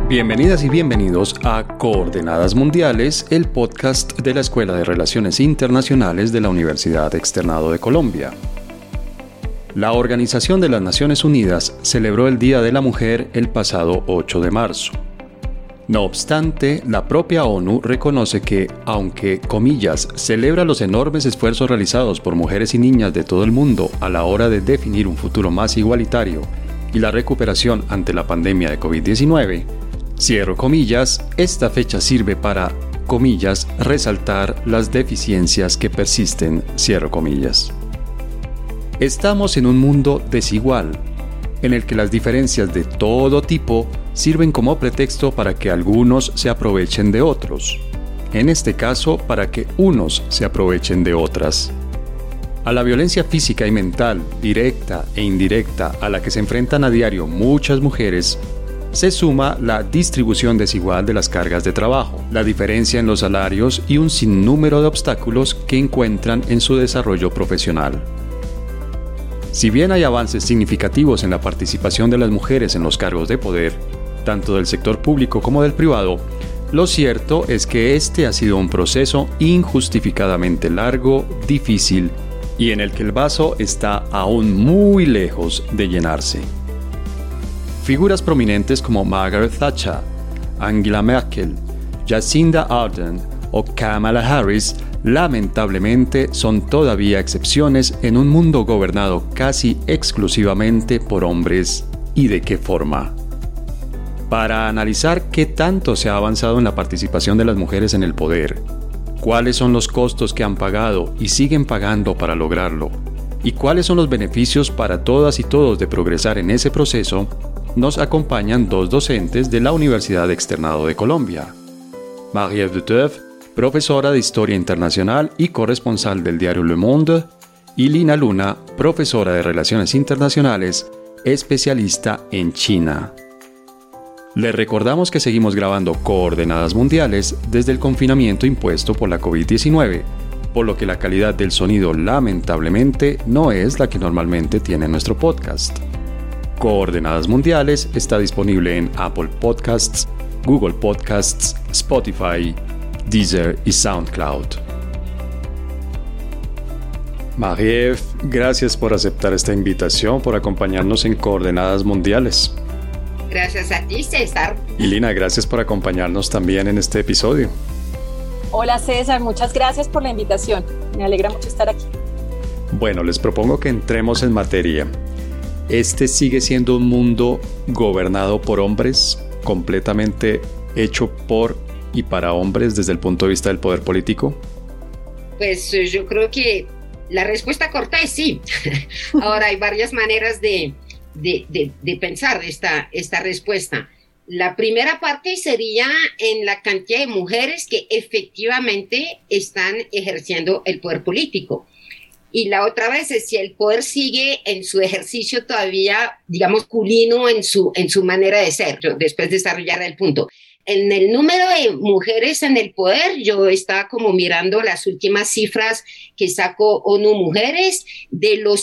Bienvenidas y bienvenidos a Coordenadas Mundiales, el podcast de la Escuela de Relaciones Internacionales de la Universidad Externado de Colombia. La Organización de las Naciones Unidas celebró el Día de la Mujer el pasado 8 de marzo. No obstante, la propia ONU reconoce que, aunque, comillas, celebra los enormes esfuerzos realizados por mujeres y niñas de todo el mundo a la hora de definir un futuro más igualitario y la recuperación ante la pandemia de COVID-19, cierro comillas, esta fecha sirve para, comillas, resaltar las deficiencias que persisten, cierro comillas. Estamos en un mundo desigual, en el que las diferencias de todo tipo sirven como pretexto para que algunos se aprovechen de otros. En este caso, para que unos se aprovechen de otras. A la violencia física y mental, directa e indirecta, a la que se enfrentan a diario muchas mujeres, se suma la distribución desigual de las cargas de trabajo, la diferencia en los salarios y un sinnúmero de obstáculos que encuentran en su desarrollo profesional. Si bien hay avances significativos en la participación de las mujeres en los cargos de poder, tanto del sector público como del privado, lo cierto es que este ha sido un proceso injustificadamente largo, difícil y en el que el vaso está aún muy lejos de llenarse. Figuras prominentes como Margaret Thatcher, Angela Merkel, Jacinda Ardern o Kamala Harris lamentablemente son todavía excepciones en un mundo gobernado casi exclusivamente por hombres. ¿Y de qué forma? Para analizar qué tanto se ha avanzado en la participación de las mujeres en el poder, cuáles son los costos que han pagado y siguen pagando para lograrlo, y cuáles son los beneficios para todas y todos de progresar en ese proceso, nos acompañan dos docentes de la Universidad Externado de Colombia. Marie-Ève Duteuf, profesora de Historia Internacional y corresponsal del diario Le Monde, y Lina Luna, profesora de Relaciones Internacionales, especialista en China. Les recordamos que seguimos grabando Coordenadas Mundiales desde el confinamiento impuesto por la COVID-19, por lo que la calidad del sonido lamentablemente no es la que normalmente tiene nuestro podcast. Coordenadas Mundiales está disponible en Apple Podcasts, Google Podcasts, Spotify, Deezer y SoundCloud. Marie-Ève, gracias por aceptar esta invitación, por acompañarnos en Coordenadas Mundiales. Gracias a ti, César. Y Lina, gracias por acompañarnos también en este episodio. Hola César, muchas gracias por la invitación. Me alegra mucho estar aquí. Bueno, les propongo que entremos en materia. ¿Este sigue siendo un mundo gobernado por hombres, completamente hecho por y para hombres desde el punto de vista del poder político? Pues yo creo que la respuesta corta es sí. Ahora hay varias maneras de pensar esta respuesta. La primera parte sería en la cantidad de mujeres que efectivamente están ejerciendo el poder político. Y la otra vez es si el poder sigue en su ejercicio todavía, digamos, masculino en su manera de ser, después de desarrollar el punto. En el número de mujeres en el poder, yo estaba como mirando las últimas cifras que sacó ONU Mujeres, de los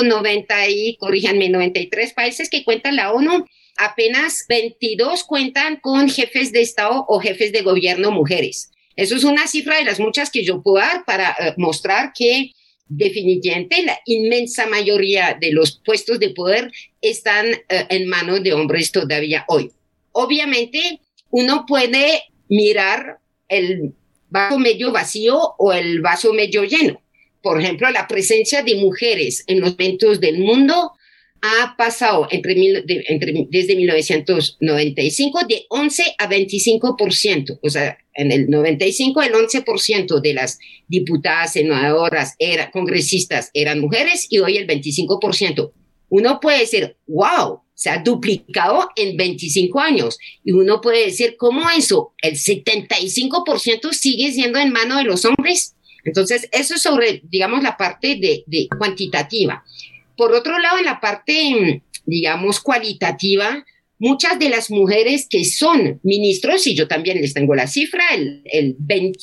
93 países que cuenta la ONU, apenas 22 cuentan con jefes de Estado o jefes de gobierno mujeres. Eso es una cifra de las muchas que yo puedo dar para mostrar que definitivamente la inmensa mayoría de los puestos de poder están en manos de hombres todavía hoy. Obviamente, uno puede mirar el vaso medio vacío o el vaso medio lleno. Por ejemplo, la presencia de mujeres en los eventos del mundo ha pasado desde 1995 de 11 a 25%. O sea, en el 95 el 11% de las diputadas, senadoras, congresistas eran mujeres y hoy el 25%. Uno puede decir, wow, se ha duplicado en 25 años. Y uno puede decir, ¿cómo eso? El 75% sigue siendo en manos de los hombres. Entonces, eso es sobre, digamos, la parte de cuantitativa. Por otro lado, en la parte, digamos, cualitativa, muchas de las mujeres que son ministros, y yo también les tengo la cifra, el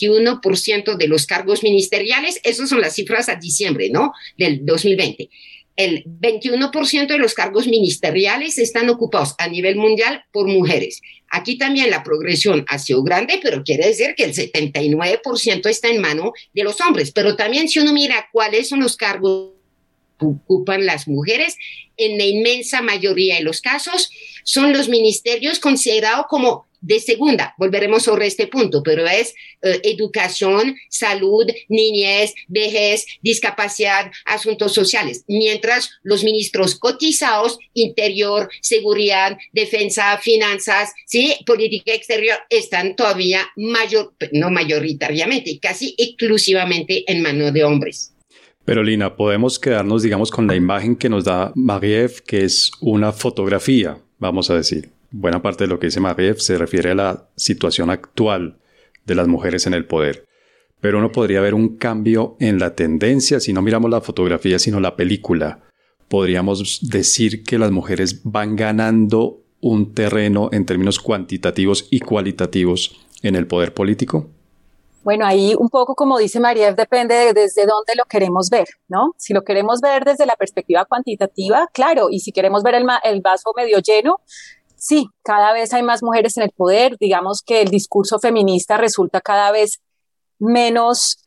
21% de los cargos ministeriales, esas son las cifras a diciembre, ¿no?, del 2020. el 21% de los cargos ministeriales están ocupados a nivel mundial por mujeres. Aquí también la progresión ha sido grande, pero quiere decir que el 79% está en mano de los hombres. Pero también si uno mira cuáles son los cargos que ocupan las mujeres, en la inmensa mayoría de los casos son los ministerios considerados como de segunda, volveremos sobre este punto, pero es educación, salud, niñez, vejez, discapacidad, asuntos sociales, mientras los ministros cotizados, interior, seguridad, defensa, finanzas, ¿sí? Política exterior, están todavía no mayoritariamente, casi exclusivamente en manos de hombres. Pero Lina, podemos quedarnos, digamos, con la imagen que nos da Marie-Ève, que es una fotografía, vamos a decir. Buena parte de lo que dice Marie-Ève se refiere a la situación actual de las mujeres en el poder. Pero uno podría ver un cambio en la tendencia, si no miramos la fotografía, sino la película. Podríamos decir que las mujeres van ganando un terreno en términos cuantitativos y cualitativos en el poder político. Bueno, ahí un poco, como dice Marie-Ève, depende de desde dónde lo queremos ver, ¿no? Si lo queremos ver desde la perspectiva cuantitativa, claro, y si queremos ver el vaso medio lleno, sí, cada vez hay más mujeres en el poder. Digamos que el discurso feminista resulta cada vez menos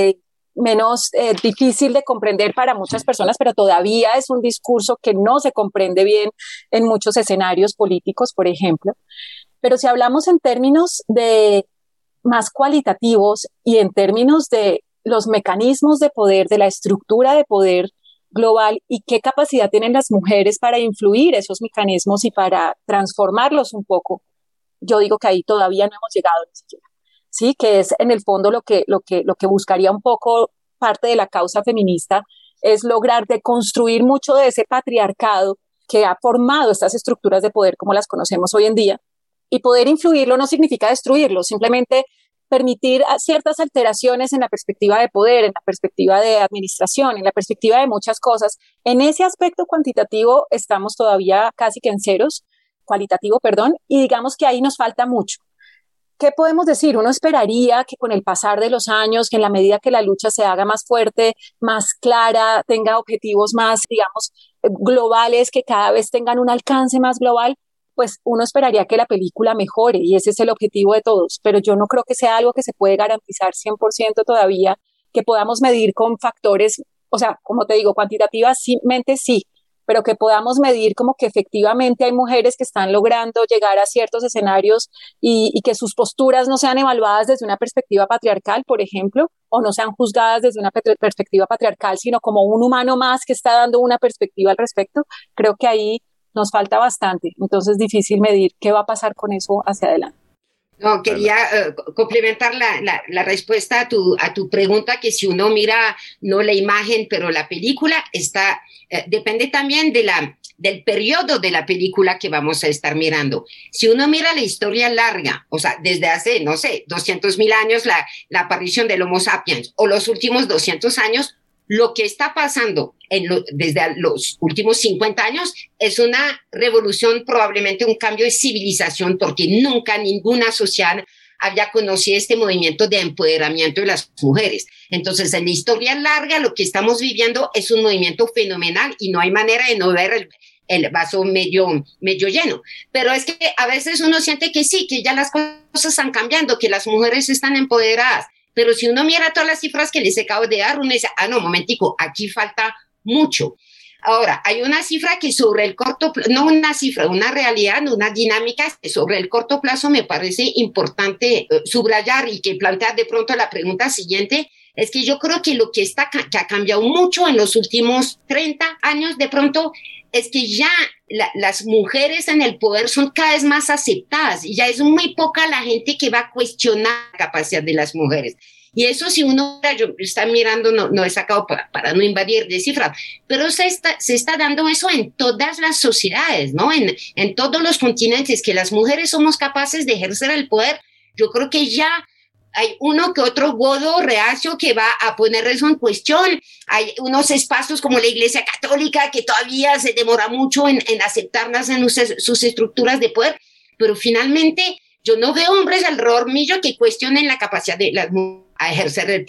difícil de comprender para muchas personas, pero todavía es un discurso que no se comprende bien en muchos escenarios políticos, por ejemplo. Pero si hablamos en términos de más cualitativos y en términos de los mecanismos de poder, de la estructura de poder global y qué capacidad tienen las mujeres para influir esos mecanismos y para transformarlos un poco, yo digo que ahí todavía no hemos llegado ni siquiera, ¿sí? Que es en el fondo lo que buscaría un poco parte de la causa feminista, es lograr deconstruir mucho de ese patriarcado que ha formado estas estructuras de poder como las conocemos hoy en día. Y poder influirlo no significa destruirlo, simplemente permitir ciertas alteraciones en la perspectiva de poder, en la perspectiva de administración, en la perspectiva de muchas cosas. En ese aspecto cuantitativo estamos todavía casi que en ceros, cualitativo, perdón, y digamos que ahí nos falta mucho. ¿Qué podemos decir? Uno esperaría que con el pasar de los años, que en la medida que la lucha se haga más fuerte, más clara, tenga objetivos más, digamos, globales, que cada vez tengan un alcance más global, pues uno esperaría que la película mejore y ese es el objetivo de todos, pero yo no creo que sea algo que se puede garantizar 100% todavía, que podamos medir con factores, o sea, como te digo, cuantitativamente sí, pero que podamos medir como que efectivamente hay mujeres que están logrando llegar a ciertos escenarios y que sus posturas no sean evaluadas desde una perspectiva patriarcal, por ejemplo, o no sean juzgadas desde una perspectiva patriarcal, sino como un humano más que está dando una perspectiva al respecto. Creo que ahí nos falta bastante, entonces es difícil medir qué va a pasar con eso hacia adelante. No, quería complementar la respuesta a tu pregunta, que si uno mira no la imagen, pero la película está, depende también del periodo de la película que vamos a estar mirando. Si uno mira la historia larga, o sea, desde hace, no sé, 200,000 años, la aparición del Homo sapiens, o los últimos 200 años, lo que está pasando desde los últimos 50 años es una revolución, probablemente un cambio de civilización, porque nunca ninguna sociedad había conocido este movimiento de empoderamiento de las mujeres. Entonces, en la historia larga, lo que estamos viviendo es un movimiento fenomenal y no hay manera de no ver el vaso medio lleno. Pero es que a veces uno siente que sí, que ya las cosas están cambiando, que las mujeres están empoderadas. Pero si uno mira todas las cifras que les acabo de dar, uno dice, no, momentico, aquí falta mucho. Ahora, hay una cifra que sobre el corto plazo, no una cifra, una realidad, una dinámica que sobre el corto plazo me parece importante subrayar y que plantear de pronto la pregunta siguiente, es que yo creo que lo que ha cambiado mucho en los últimos 30 años de pronto es que ya las mujeres en el poder son cada vez más aceptadas y ya es muy poca la gente que va a cuestionar la capacidad de las mujeres. Y eso si uno está mirando, no he sacado para no invadir de cifras, pero se está dando eso en todas las sociedades, ¿no? En todos los continentes, que las mujeres somos capaces de ejercer el poder. Yo creo que ya hay uno que otro godo reacio que va a poner eso en cuestión. Hay unos espacios como la Iglesia Católica que todavía se demora mucho en aceptarlas en sus estructuras de poder, pero finalmente yo no veo hombres alrededor mío que cuestionen la capacidad de las mujeres a ejercer el poder.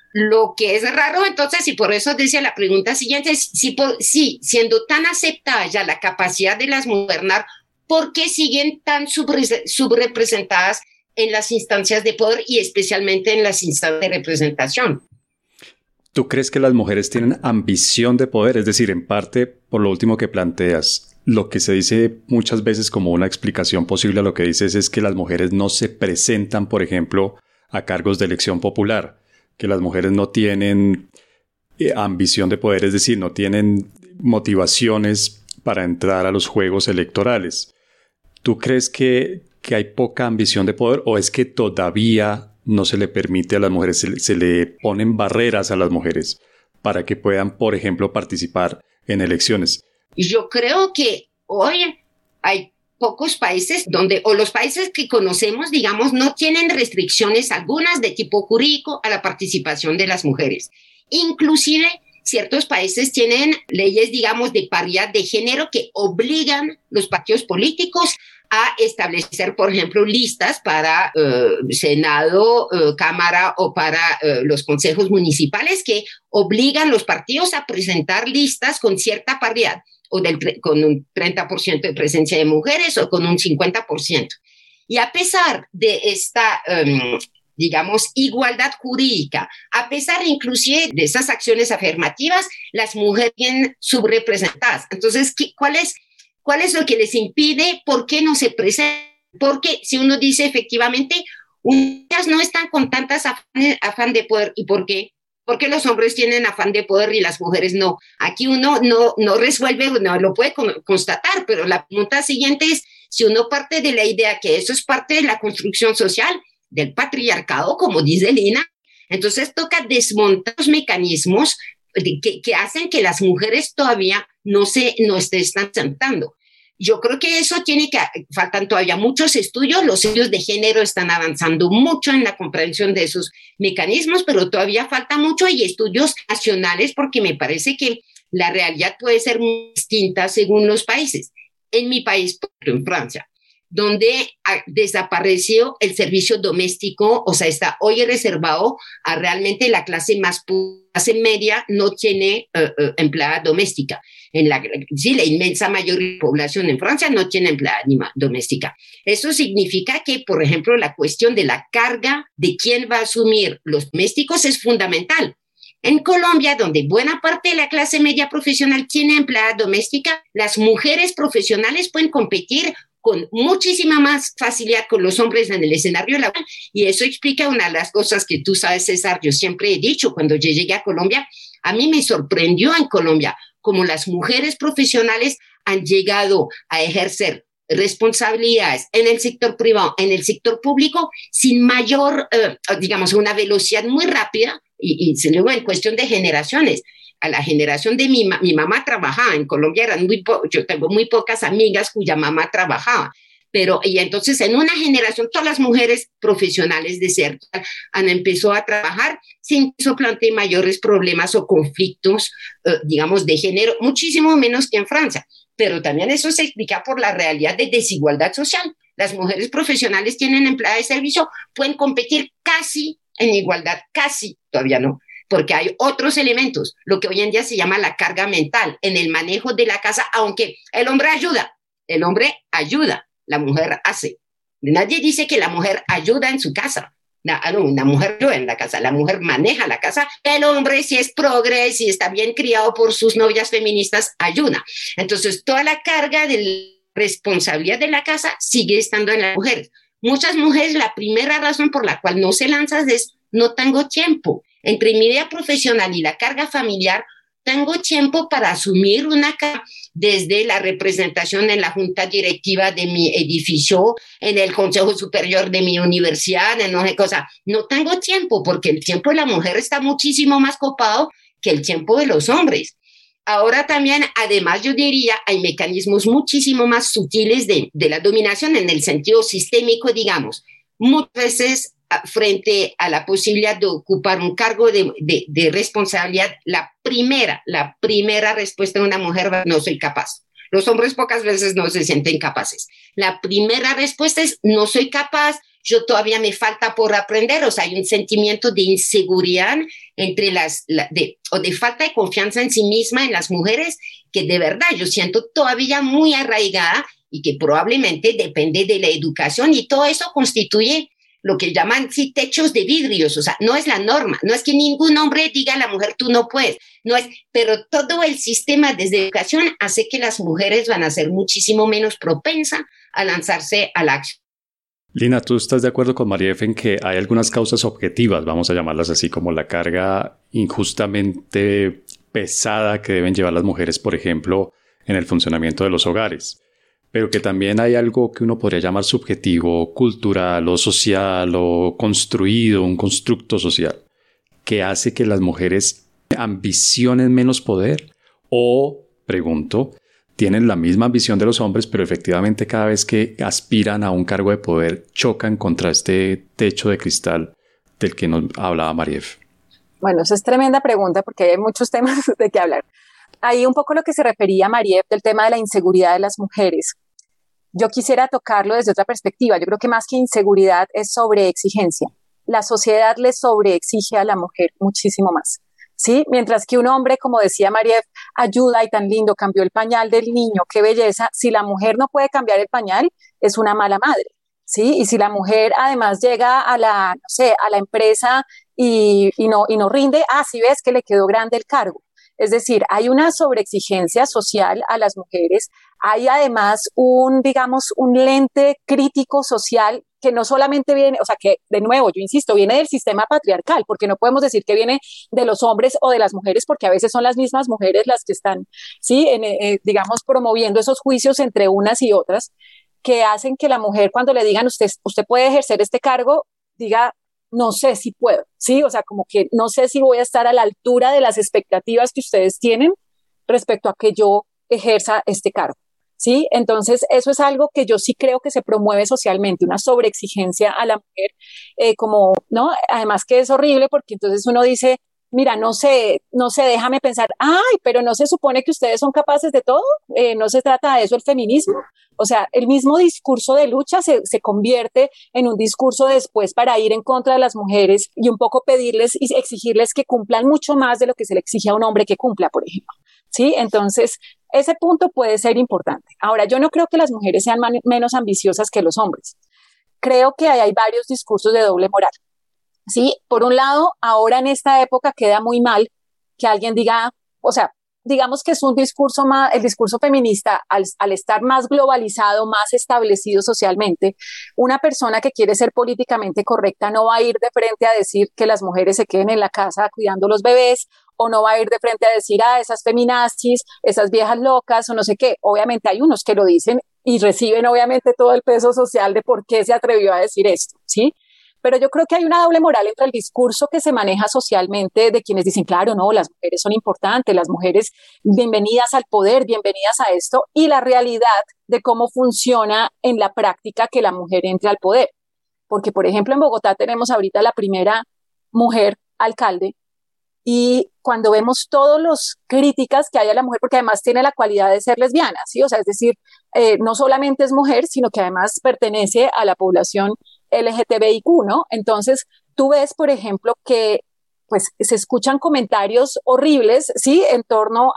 Lo que es raro, entonces, y por eso decía la pregunta siguiente, es si siendo tan aceptada ya la capacidad de las mujeres gobernar, ¿por qué siguen tan subrepresentadas en las instancias de poder y especialmente en las instancias de representación? ¿Tú crees que las mujeres tienen ambición de poder? Es decir, en parte, por lo último que planteas, lo que se dice muchas veces como una explicación posible a lo que dices es que las mujeres no se presentan, por ejemplo, a cargos de elección popular, que las mujeres no tienen ambición de poder, es decir, no tienen motivaciones para entrar a los juegos electorales. ¿Tú crees que hay poca ambición de poder o es que todavía no se le permite a las mujeres, se le ponen barreras a las mujeres para que puedan, por ejemplo, participar en elecciones? Yo creo que hoy hay pocos países donde, o los países que conocemos, digamos, no tienen restricciones algunas de tipo jurídico a la participación de las mujeres. Inclusive, ciertos países tienen leyes, digamos, de paridad de género que obligan los partidos políticos a establecer, por ejemplo, listas para Senado, Cámara o para los consejos municipales que obligan los partidos a presentar listas con cierta paridad o con un 30% de presencia de mujeres o con un 50%. Y a pesar de esta, digamos, igualdad jurídica, a pesar inclusive de esas acciones afirmativas, las mujeres vienen subrepresentadas. Entonces, ¿cuál es lo que les impide? ¿Por qué no se presentan? Porque si uno dice efectivamente, ellas no están con tantas afán de poder. ¿Y por qué? Porque los hombres tienen afán de poder y las mujeres no. Aquí uno no resuelve, no lo puede constatar, pero la pregunta siguiente es, si uno parte de la idea que eso es parte de la construcción social, del patriarcado, como dice Lina, entonces toca desmontar los mecanismos que hacen que las mujeres todavía no estén sentando. Yo creo que eso faltan todavía muchos estudios, los estudios de género están avanzando mucho en la comprensión de esos mecanismos, pero todavía falta mucho y estudios nacionales porque me parece que la realidad puede ser muy distinta según los países. En mi país, en Francia, donde desapareció el servicio doméstico, o sea, está hoy reservado a realmente la clase media, no tiene empleada doméstica. La inmensa mayoría de la población en Francia no tiene empleada doméstica. Eso significa que, por ejemplo, la cuestión de la carga de quién va a asumir los domésticos es fundamental. En Colombia, donde buena parte de la clase media profesional tiene empleada doméstica, las mujeres profesionales pueden competir con muchísima más facilidad con los hombres en el escenario laboral, y eso explica una de las cosas que tú sabes, César, yo siempre he dicho, cuando yo llegué a Colombia, a mí me sorprendió en Colombia cómo las mujeres profesionales han llegado a ejercer responsabilidades en el sector privado, en el sector público, sin mayor, digamos, una velocidad muy rápida, y luego en cuestión de generaciones. A la generación de mi mamá trabajaba en Colombia, yo tengo muy pocas amigas cuya mamá trabajaba, y entonces en una generación todas las mujeres profesionales de CERTA han empezado a trabajar sin que eso plantee mayores problemas o conflictos, digamos, de género, muchísimo menos que en Francia, pero también eso se explica por la realidad de desigualdad social. Las mujeres profesionales tienen empleada de servicio, pueden competir casi en igualdad, casi, todavía no, porque hay otros elementos, lo que hoy en día se llama la carga mental, en el manejo de la casa, aunque el hombre ayuda, la mujer hace. Nadie dice que la mujer ayuda en su casa, una mujer ayuda en la casa, la mujer maneja la casa, el hombre si es progre, si está bien criado por sus novias feministas, ayuda. Entonces toda la carga de la responsabilidad de la casa sigue estando en las mujeres. Muchas mujeres, la primera razón por la cual no se lanzan es no tengo tiempo. Entre mi vida profesional y la carga familiar, tengo tiempo para asumir una carga desde la representación en la junta directiva de mi edificio, en el consejo superior de mi universidad, en no sé cosa. No tengo tiempo porque el tiempo de la mujer está muchísimo más copado que el tiempo de los hombres. Ahora también, además, yo diría, hay mecanismos muchísimo más sutiles de la dominación en el sentido sistémico, digamos. Muchas veces, frente a la posibilidad de ocupar un cargo de responsabilidad, la primera respuesta de una mujer va, no soy capaz. Los hombres pocas veces no se sienten capaces. La primera respuesta es, no soy capaz, yo todavía me falta por aprender, o sea, hay un sentimiento de inseguridad entre o de falta de confianza en sí misma en las mujeres que de verdad yo siento todavía muy arraigada y que probablemente depende de la educación y todo eso constituye lo que llaman sí, techos de vidrios, o sea, no es la norma, no es que ningún hombre diga a la mujer tú no puedes, no es, pero todo el sistema desde educación hace que las mujeres van a ser muchísimo menos propensas a lanzarse a la acción. Lina, ¿tú estás de acuerdo con María F. en que hay algunas causas objetivas, vamos a llamarlas así, como la carga injustamente pesada que deben llevar las mujeres, por ejemplo, en el funcionamiento de los hogares? Pero que también hay algo que uno podría llamar subjetivo, cultural o social o construido, un constructo social, que hace que las mujeres ambicionen menos poder o, pregunto, tienen la misma ambición de los hombres, pero efectivamente cada vez que aspiran a un cargo de poder chocan contra este techo de cristal del que nos hablaba María F. Bueno, esa es tremenda pregunta porque hay muchos temas de qué hablar. Ahí un poco lo que se refería María del tema de la inseguridad de las mujeres. Yo quisiera tocarlo desde otra perspectiva. Yo creo que más que inseguridad es sobreexigencia. La sociedad le sobreexige a la mujer muchísimo más, ¿sí? Mientras que un hombre, como decía María, ayuda y tan lindo, cambió el pañal del niño, qué belleza. Si la mujer no puede cambiar el pañal, es una mala madre, ¿sí? Y si la mujer además llega a la, no sé, a la empresa y no rinde, si ves que le quedó grande el cargo. Es decir, hay una sobreexigencia social a las mujeres, hay además digamos, un lente crítico social que no solamente viene, o sea, que de nuevo, yo insisto, viene del sistema patriarcal, porque no podemos decir que viene de los hombres o de las mujeres, porque a veces son las mismas mujeres las que están, sí, digamos, promoviendo esos juicios entre unas y otras, que hacen que la mujer, cuando le digan usted puede ejercer este cargo, diga, no sé si puedo, ¿sí? O sea, como que no sé si voy a estar a la altura de las expectativas que ustedes tienen respecto a que yo ejerza este cargo, ¿sí? Entonces, eso es algo que yo sí creo que se promueve socialmente, una sobreexigencia a la mujer, como, ¿no? Además que es horrible porque entonces uno dice, mira, no sé, déjame pensar, pero no se supone que ustedes son capaces de todo, no se trata de eso el feminismo. O sea, el mismo discurso de lucha se convierte en un discurso después para ir en contra de las mujeres y un poco pedirles y exigirles que cumplan mucho más de lo que se le exige a un hombre que cumpla, por ejemplo, ¿sí? Entonces, ese punto puede ser importante. Ahora, yo no creo que las mujeres sean menos ambiciosas que los hombres. Creo que hay varios discursos de doble moral. Sí, por un lado, ahora en esta época queda muy mal que alguien diga, o sea, digamos que es un discurso más, el discurso feminista, al estar más globalizado, más establecido socialmente, una persona que quiere ser políticamente correcta no va a ir de frente a decir que las mujeres se queden en la casa cuidando los bebés, o no va a ir de frente a decir, esas feminazis, esas viejas locas, o no sé qué. Obviamente hay unos que lo dicen y reciben obviamente todo el peso social de por qué se atrevió a decir esto, ¿sí? Pero yo creo que hay una doble moral entre el discurso que se maneja socialmente de quienes dicen, claro, no, las mujeres son importantes, las mujeres bienvenidas al poder, bienvenidas a esto, y la realidad de cómo funciona en la práctica que la mujer entre al poder. Porque, por ejemplo, en Bogotá tenemos ahorita la primera mujer alcalde y cuando vemos todas las críticas que hay a la mujer, porque además tiene la cualidad de ser lesbiana, ¿sí? O sea, es decir, no solamente es mujer, sino que además pertenece a la población LGTBIQ, ¿no? Entonces, tú ves, por ejemplo, que pues se escuchan comentarios horribles, ¿sí? En torno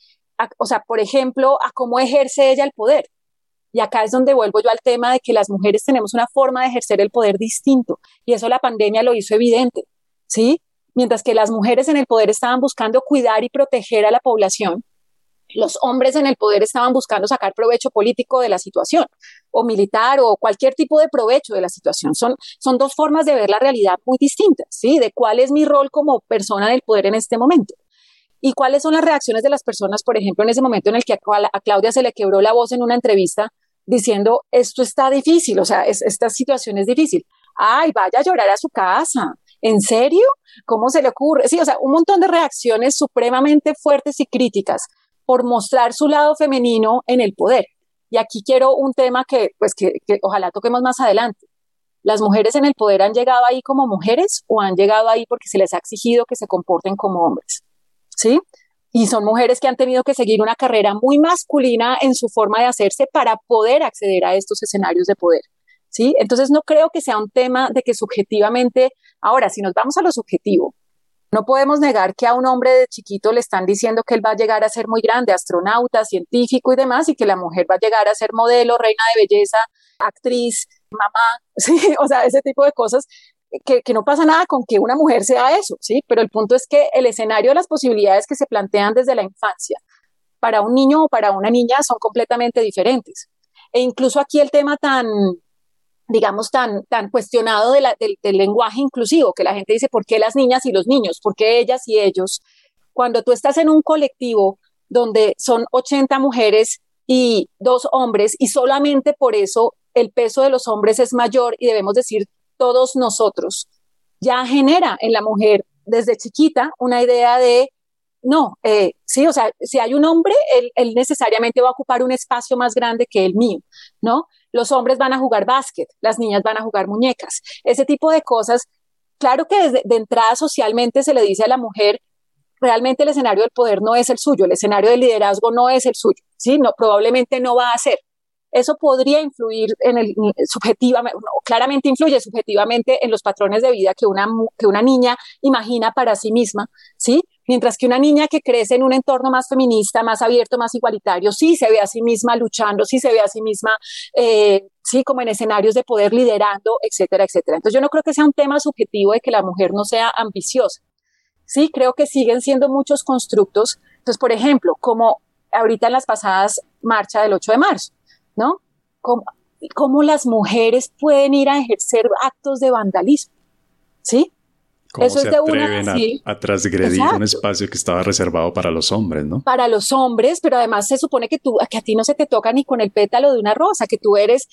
o sea, por ejemplo, a cómo ejerce ella el poder. Y acá es donde vuelvo yo al tema de que las mujeres tenemos una forma de ejercer el poder distinto. Y eso la pandemia lo hizo evidente, ¿sí? Mientras que las mujeres en el poder estaban buscando cuidar y proteger a la población, los hombres en el poder estaban buscando sacar provecho político de la situación, o militar, o cualquier tipo de provecho de la situación. Son dos formas de ver la realidad muy distintas, ¿sí? De cuál es mi rol como persona del poder en este momento. Y cuáles son las reacciones de las personas, por ejemplo, en ese momento en el que a Claudia se le quebró la voz en una entrevista diciendo, esto está difícil, o sea, esta situación es difícil. Vaya a llorar a su casa. ¿En serio? ¿Cómo se le ocurre? Sí, o sea, un montón de reacciones supremamente fuertes y críticas por mostrar su lado femenino en el poder. Y aquí quiero un tema que ojalá toquemos más adelante. ¿Las mujeres en el poder han llegado ahí como mujeres o han llegado ahí porque se les ha exigido que se comporten como hombres? ¿Sí? Y son mujeres que han tenido que seguir una carrera muy masculina en su forma de hacerse para poder acceder a estos escenarios de poder. ¿sí? Entonces no creo que sea un tema de que subjetivamente, ahora, si nos vamos a lo subjetivo, no podemos negar que a un hombre de chiquito le están diciendo que él va a llegar a ser muy grande, astronauta, científico y demás, y que la mujer va a llegar a ser modelo, reina de belleza, actriz, mamá, ¿sí? O sea, ese tipo de cosas, que no pasa nada con que una mujer sea eso, ¿sí? Pero el punto es que el escenario de las posibilidades que se plantean desde la infancia para un niño o para una niña son completamente diferentes. E incluso aquí el tema digamos, tan cuestionado del lenguaje inclusivo, que la gente dice, ¿por qué las niñas y los niños? ¿Por qué ellas y ellos? Cuando tú estás en un colectivo donde son 80 mujeres y 2 hombres, y solamente por eso el peso de los hombres es mayor, y debemos decir todos nosotros, ya genera en la mujer desde chiquita una idea de, no, sí, o sea, si hay un hombre, él necesariamente va a ocupar un espacio más grande que el mío, ¿no? Los hombres van a jugar básquet, las niñas van a jugar muñecas, ese tipo de cosas. Claro que de entrada socialmente se le dice a la mujer, realmente el escenario del poder no es el suyo, el escenario del liderazgo no es el suyo, ¿sí? No, probablemente no va a ser. Eso podría influir subjetivamente, no, claramente influye subjetivamente en los patrones de vida que una niña imagina para sí misma, ¿sí? Mientras que una niña que crece en un entorno más feminista, más abierto, más igualitario, sí se ve a sí misma luchando, sí se ve a sí misma, sí, como en escenarios de poder liderando, etcétera, etcétera. Entonces yo no creo que sea un tema subjetivo de que la mujer no sea ambiciosa. Sí, creo que siguen siendo muchos constructos. Entonces, por ejemplo, como ahorita en las pasadas marchas del 8 de marzo, ¿no? ¿Cómo las mujeres pueden ir a ejercer actos de vandalismo? ¿Sí? ¿Cómo eso se es de atreven una, sí, a transgredir exacto, un espacio que estaba reservado para los hombres, ¿no? para los hombres, pero además se supone que a ti no se te toca ni con el pétalo de una rosa, que tú eres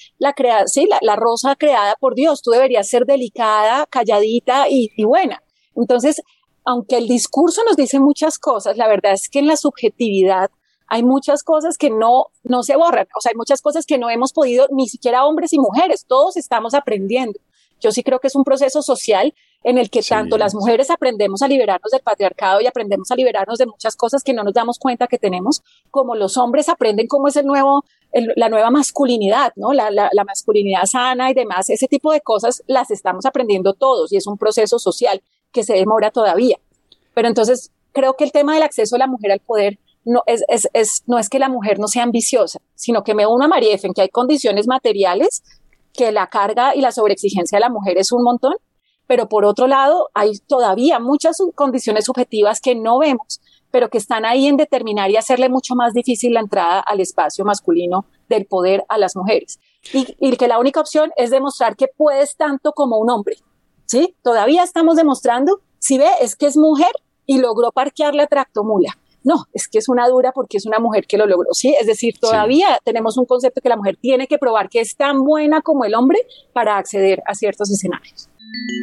la rosa creada por Dios, tú deberías ser delicada, calladita y buena. Entonces, aunque el discurso nos dice muchas cosas, la verdad es que en la subjetividad hay muchas cosas que no se borran, o sea, hay muchas cosas que no hemos podido, ni siquiera hombres y mujeres, todos estamos aprendiendo. Yo sí creo que es un proceso social en el que tanto las mujeres aprendemos a liberarnos del patriarcado y aprendemos a liberarnos de muchas cosas que no nos damos cuenta que tenemos, como los hombres aprenden cómo es la nueva masculinidad, ¿no? La masculinidad sana y demás, ese tipo de cosas las estamos aprendiendo todos y es un proceso social que se demora todavía. Pero entonces creo que el tema del acceso de la mujer al poder no es que la mujer no sea ambiciosa, sino que me uno a María F en que hay condiciones materiales que la carga y la sobreexigencia de la mujer es un montón, pero por otro lado hay todavía muchas condiciones subjetivas que no vemos, pero que están ahí en determinar y hacerle mucho más difícil la entrada al espacio masculino del poder a las mujeres. Y que la única opción es demostrar que puedes tanto como un hombre, ¿sí? Todavía estamos demostrando, si ve, es que es mujer y logró parquear la tractomula. No, es que es una dura porque es una mujer que lo logró, ¿sí? Es decir, todavía tenemos un concepto que la mujer tiene que probar que es tan buena como el hombre para acceder a ciertos escenarios.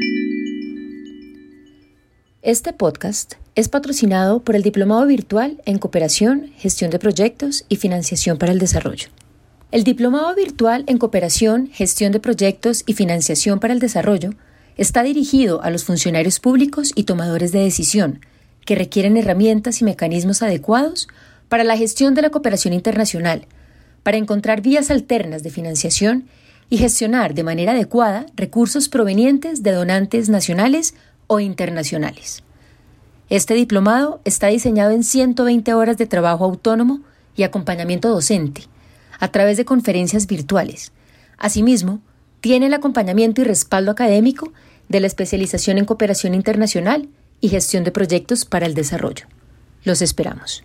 Este podcast es patrocinado por el Diplomado Virtual en Cooperación, Gestión de Proyectos y Financiación para el Desarrollo. El Diplomado Virtual en Cooperación, Gestión de Proyectos y Financiación para el Desarrollo está dirigido a los funcionarios públicos y tomadores de decisión que requieren herramientas y mecanismos adecuados para la gestión de la cooperación internacional, para encontrar vías alternas de financiación y gestionar de manera adecuada recursos provenientes de donantes nacionales o internacionales. Este diplomado está diseñado en 120 horas de trabajo autónomo y acompañamiento docente, a través de conferencias virtuales. Asimismo, tiene el acompañamiento y respaldo académico de la especialización en cooperación internacional y gestión de proyectos para el desarrollo. Los esperamos.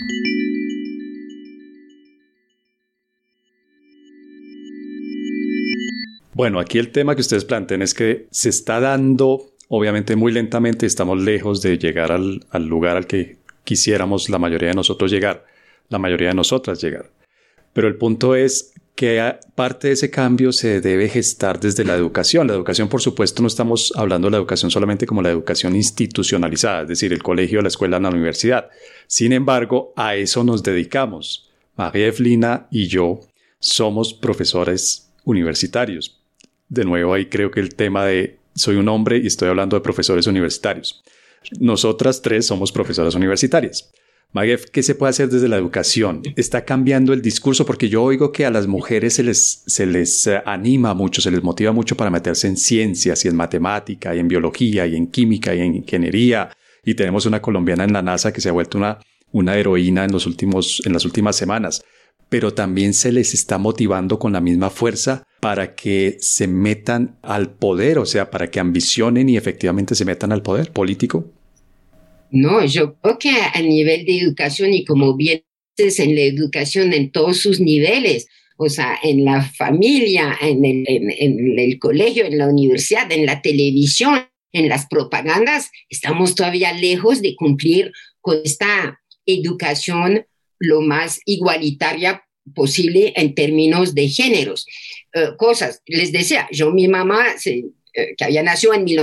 Bueno, aquí el tema que ustedes plantean es que se está dando, obviamente muy lentamente, estamos lejos de llegar al lugar al que quisiéramos la mayoría de nosotros llegar, la mayoría de nosotras llegar. Pero el punto es que parte de ese cambio se debe gestar desde la educación. La educación, por supuesto, no estamos hablando de la educación solamente como la educación institucionalizada, es decir, el colegio, la escuela, la universidad. Sin embargo, a eso nos dedicamos. María Evelina y yo somos profesores universitarios. De nuevo, ahí creo que el tema de soy un hombre y estoy hablando de profesores universitarios. Nosotras tres somos profesoras universitarias. Maguef, ¿qué se puede hacer desde la educación? ¿Está cambiando el discurso? Porque yo oigo que a las mujeres se les anima mucho, se les motiva mucho para meterse en ciencias y en matemática y en biología y en química y en ingeniería. Y tenemos una colombiana en la NASA que se ha vuelto una heroína en las últimas semanas. Pero también se les está motivando con la misma fuerza para que se metan al poder, o sea, para que ambicionen y efectivamente se metan al poder político. No, yo creo que a nivel de educación y como bien dices, en la educación en todos sus niveles, o sea, en la familia, en el colegio, en la universidad, en la televisión, en las propagandas, estamos todavía lejos de cumplir con esta educación lo más igualitaria posible en términos de géneros. Cosas, les decía, mi mamá que había nacido en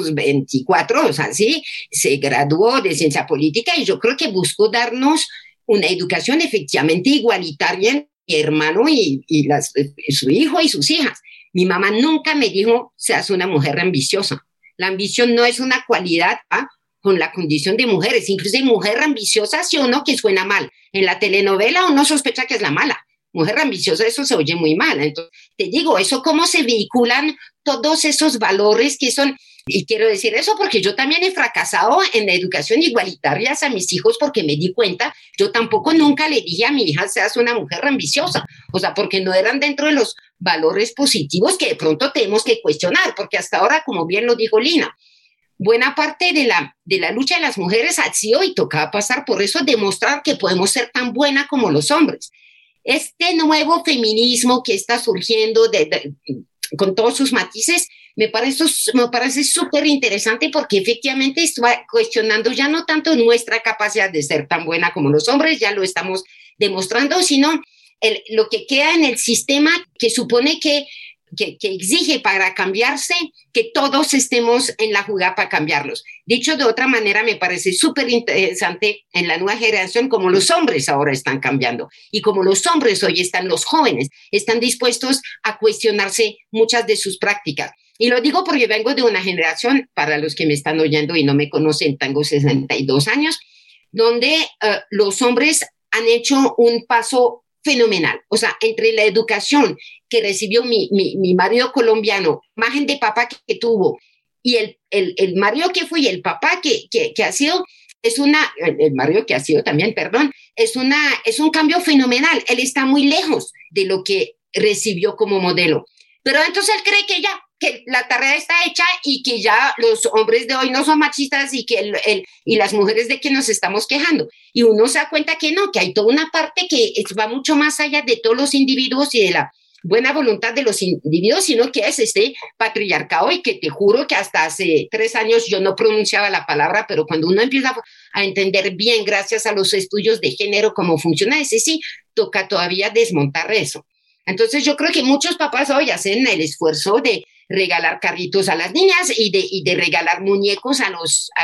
1924, o sea, sí, se graduó de ciencia política y yo creo que buscó darnos una educación efectivamente igualitaria, mi hermano y su hijo y sus hijas. Mi mamá nunca me dijo, seas una mujer ambiciosa. La ambición no es una cualidad con la condición de mujeres. Incluso mujer ambiciosa, sí o no, que suena mal. En la telenovela uno sospecha que es la mala. Mujer ambiciosa, eso se oye muy mal. Entonces, te digo, eso cómo se vehiculan todos esos valores que son, y quiero decir eso porque yo también he fracasado en la educación igualitaria a mis hijos porque me di cuenta, yo tampoco nunca le dije a mi hija, seas una mujer ambiciosa, o sea, porque no eran dentro de los valores positivos que de pronto tenemos que cuestionar, porque hasta ahora, como bien lo dijo Lina, buena parte de la lucha de las mujeres ha sido y tocaba pasar por eso, demostrar que podemos ser tan buenas como los hombres. Este nuevo feminismo que está surgiendo con todos sus matices, me parece súper interesante porque efectivamente está cuestionando ya no tanto nuestra capacidad de ser tan buena como los hombres, ya lo estamos demostrando, sino lo que queda en el sistema que supone que exige para cambiarse que todos estemos en la jugada para cambiarlos. Dicho de otra manera, me parece súper interesante en la nueva generación como los hombres ahora están cambiando y como los hombres hoy están, los jóvenes, están dispuestos a cuestionarse muchas de sus prácticas. Y lo digo porque vengo de una generación, para los que me están oyendo y no me conocen, tengo 62 años, donde los hombres han hecho un paso fenomenal. O sea, entre la educación que recibió mi marido colombiano, imagen de papá que tuvo, y el marido que fui, el papá que ha sido, el marido que ha sido también, perdón, es un cambio fenomenal. Él está muy lejos de lo que recibió como modelo. Pero entonces él cree que la tarea está hecha y que ya los hombres de hoy no son machistas y que y las mujeres de que nos estamos quejando. Y uno se da cuenta que no, que hay toda una parte que va mucho más allá de todos los individuos y de la buena voluntad de los individuos, sino que es este patriarcado y que te juro que hasta hace 3 años yo no pronunciaba la palabra, pero cuando uno empieza a entender bien, gracias a los estudios de género, cómo funciona ese, sí, toca todavía desmontar eso. Entonces yo creo que muchos papás hoy hacen el esfuerzo de regalar carritos a las niñas y de regalar muñecos a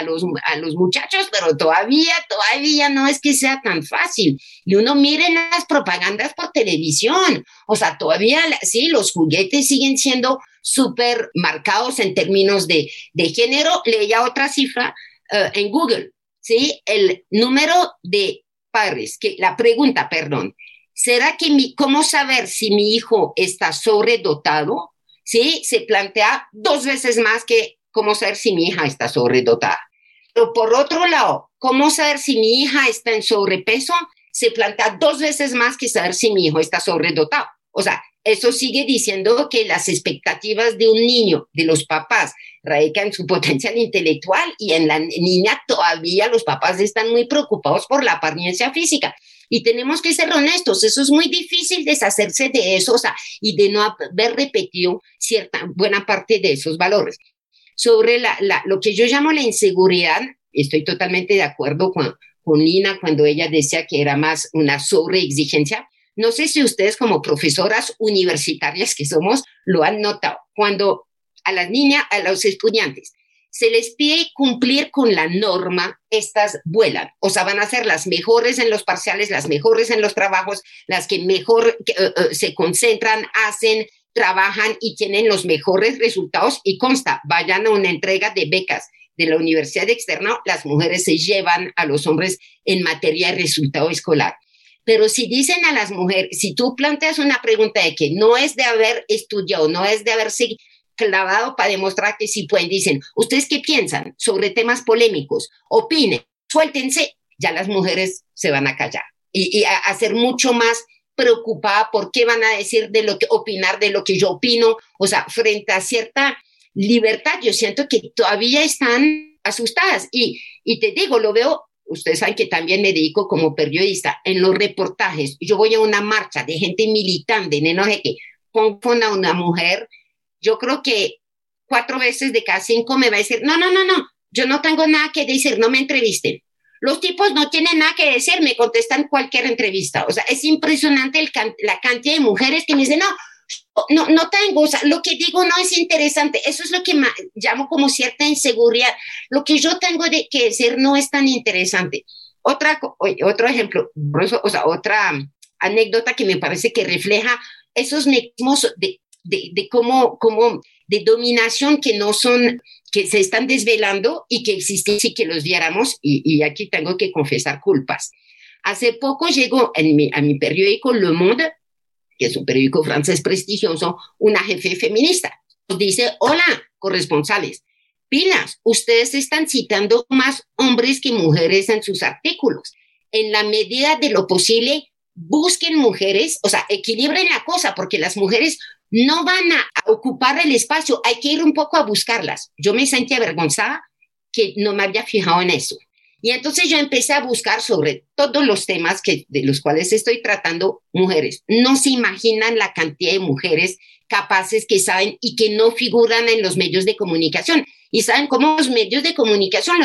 los muchachos, pero todavía no es que sea tan fácil. Y uno mire las propagandas por televisión, o sea, todavía sí, los juguetes siguen siendo súper marcados en términos de género. Leía otra cifra en Google, ¿sí? El número de padres, la pregunta, perdón, ¿será que cómo saber si mi hijo está sobredotado? ¿Sí? Se plantea 2 veces más que cómo saber si mi hija está sobredotada. Pero por otro lado, cómo saber si mi hija está en sobrepeso, se plantea 2 veces más que saber si mi hijo está sobredotado. O sea, eso sigue diciendo que las expectativas de un niño, de los papás, radican en su potencial intelectual y en la niña todavía los papás están muy preocupados por la apariencia física. Y tenemos que ser honestos, eso es muy difícil deshacerse de eso, o sea, y de no haber repetido buena parte de esos valores. Sobre lo que yo llamo la inseguridad, estoy totalmente de acuerdo con Lina cuando ella decía que era más una sobreexigencia. No sé si ustedes como profesoras universitarias que somos lo han notado. Cuando a las niñas, a los estudiantes, se les pide cumplir con la norma, estas vuelan. O sea, van a ser las mejores en los parciales, las mejores en los trabajos, las que mejor se concentran, hacen, trabajan y tienen los mejores resultados. Y consta, vayan a una entrega de becas de la Universidad Externado, las mujeres se llevan a los hombres en materia de resultado escolar. Pero si dicen a las mujeres, si tú planteas una pregunta de que no es de haber estudiado, no es de haberse clavado para demostrar que sí pueden, dicen, ¿ustedes qué piensan sobre temas polémicos? Opinen, suéltense, ya las mujeres se van a callar y a ser mucho más preocupada por qué van a decir de lo que opinar de lo que yo opino. O sea, frente a cierta libertad, yo siento que todavía están asustadas. Y te digo, lo veo, ustedes saben que también me dedico como periodista en los reportajes. Yo voy a una marcha de gente militante, de no sé qué, pongo a una mujer, yo creo que 4 veces de cada 5 me va a decir, no, yo no tengo nada que decir, no me entrevisten. Los tipos no tienen nada que decir, me contestan cualquier entrevista. O sea, es impresionante la cantidad de mujeres que me dicen, no tengo, o sea, lo que digo no es interesante. Eso es lo que llamo como cierta inseguridad. Lo que yo tengo que decir no es tan interesante. Otro ejemplo, o sea, otra anécdota que me parece que refleja esos mecanismos de cómo de dominación que no son, que se están desvelando y que existen si que los viéramos, y aquí tengo que confesar culpas. Hace poco llegó a mi periódico Le Monde, que es un periódico francés prestigioso, una jefe feminista. Nos dice, hola, corresponsales, pilas, ustedes están citando más hombres que mujeres en sus artículos. En la medida de lo posible, busquen mujeres, o sea, equilibren la cosa, porque las mujeres no van a ocupar el espacio, hay que ir un poco a buscarlas. Yo me sentí avergonzada que no me había fijado en eso. Y entonces yo empecé a buscar sobre todos los temas de los cuales estoy tratando mujeres. No se imaginan la cantidad de mujeres capaces que saben y que no figuran en los medios de comunicación. Y saben cómo los medios de comunicación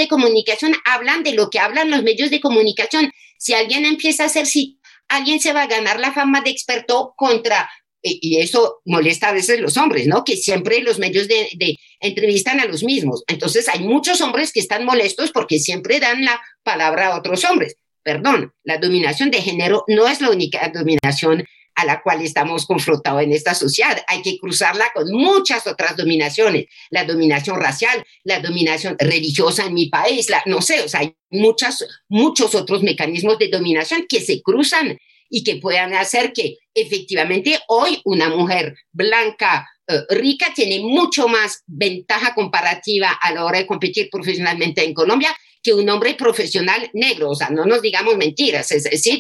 hablan de lo que hablan los medios de comunicación. Si alguien empieza a hacer, si alguien se va a ganar la fama de experto contra... Y eso molesta a veces a los hombres, ¿no? Que siempre los medios de entrevistan a los mismos. Entonces hay muchos hombres que están molestos porque siempre dan la palabra a otros hombres. Perdón, la dominación de género no es la única dominación a la cual estamos confrontados en esta sociedad. Hay que cruzarla con muchas otras dominaciones. La dominación racial, la dominación religiosa en mi país, no sé, o sea, hay muchos otros mecanismos de dominación que se cruzan y que puedan hacer que efectivamente hoy una mujer blanca, rica, tiene mucho más ventaja comparativa a la hora de competir profesionalmente en Colombia que un hombre profesional negro. O sea, no nos digamos mentiras,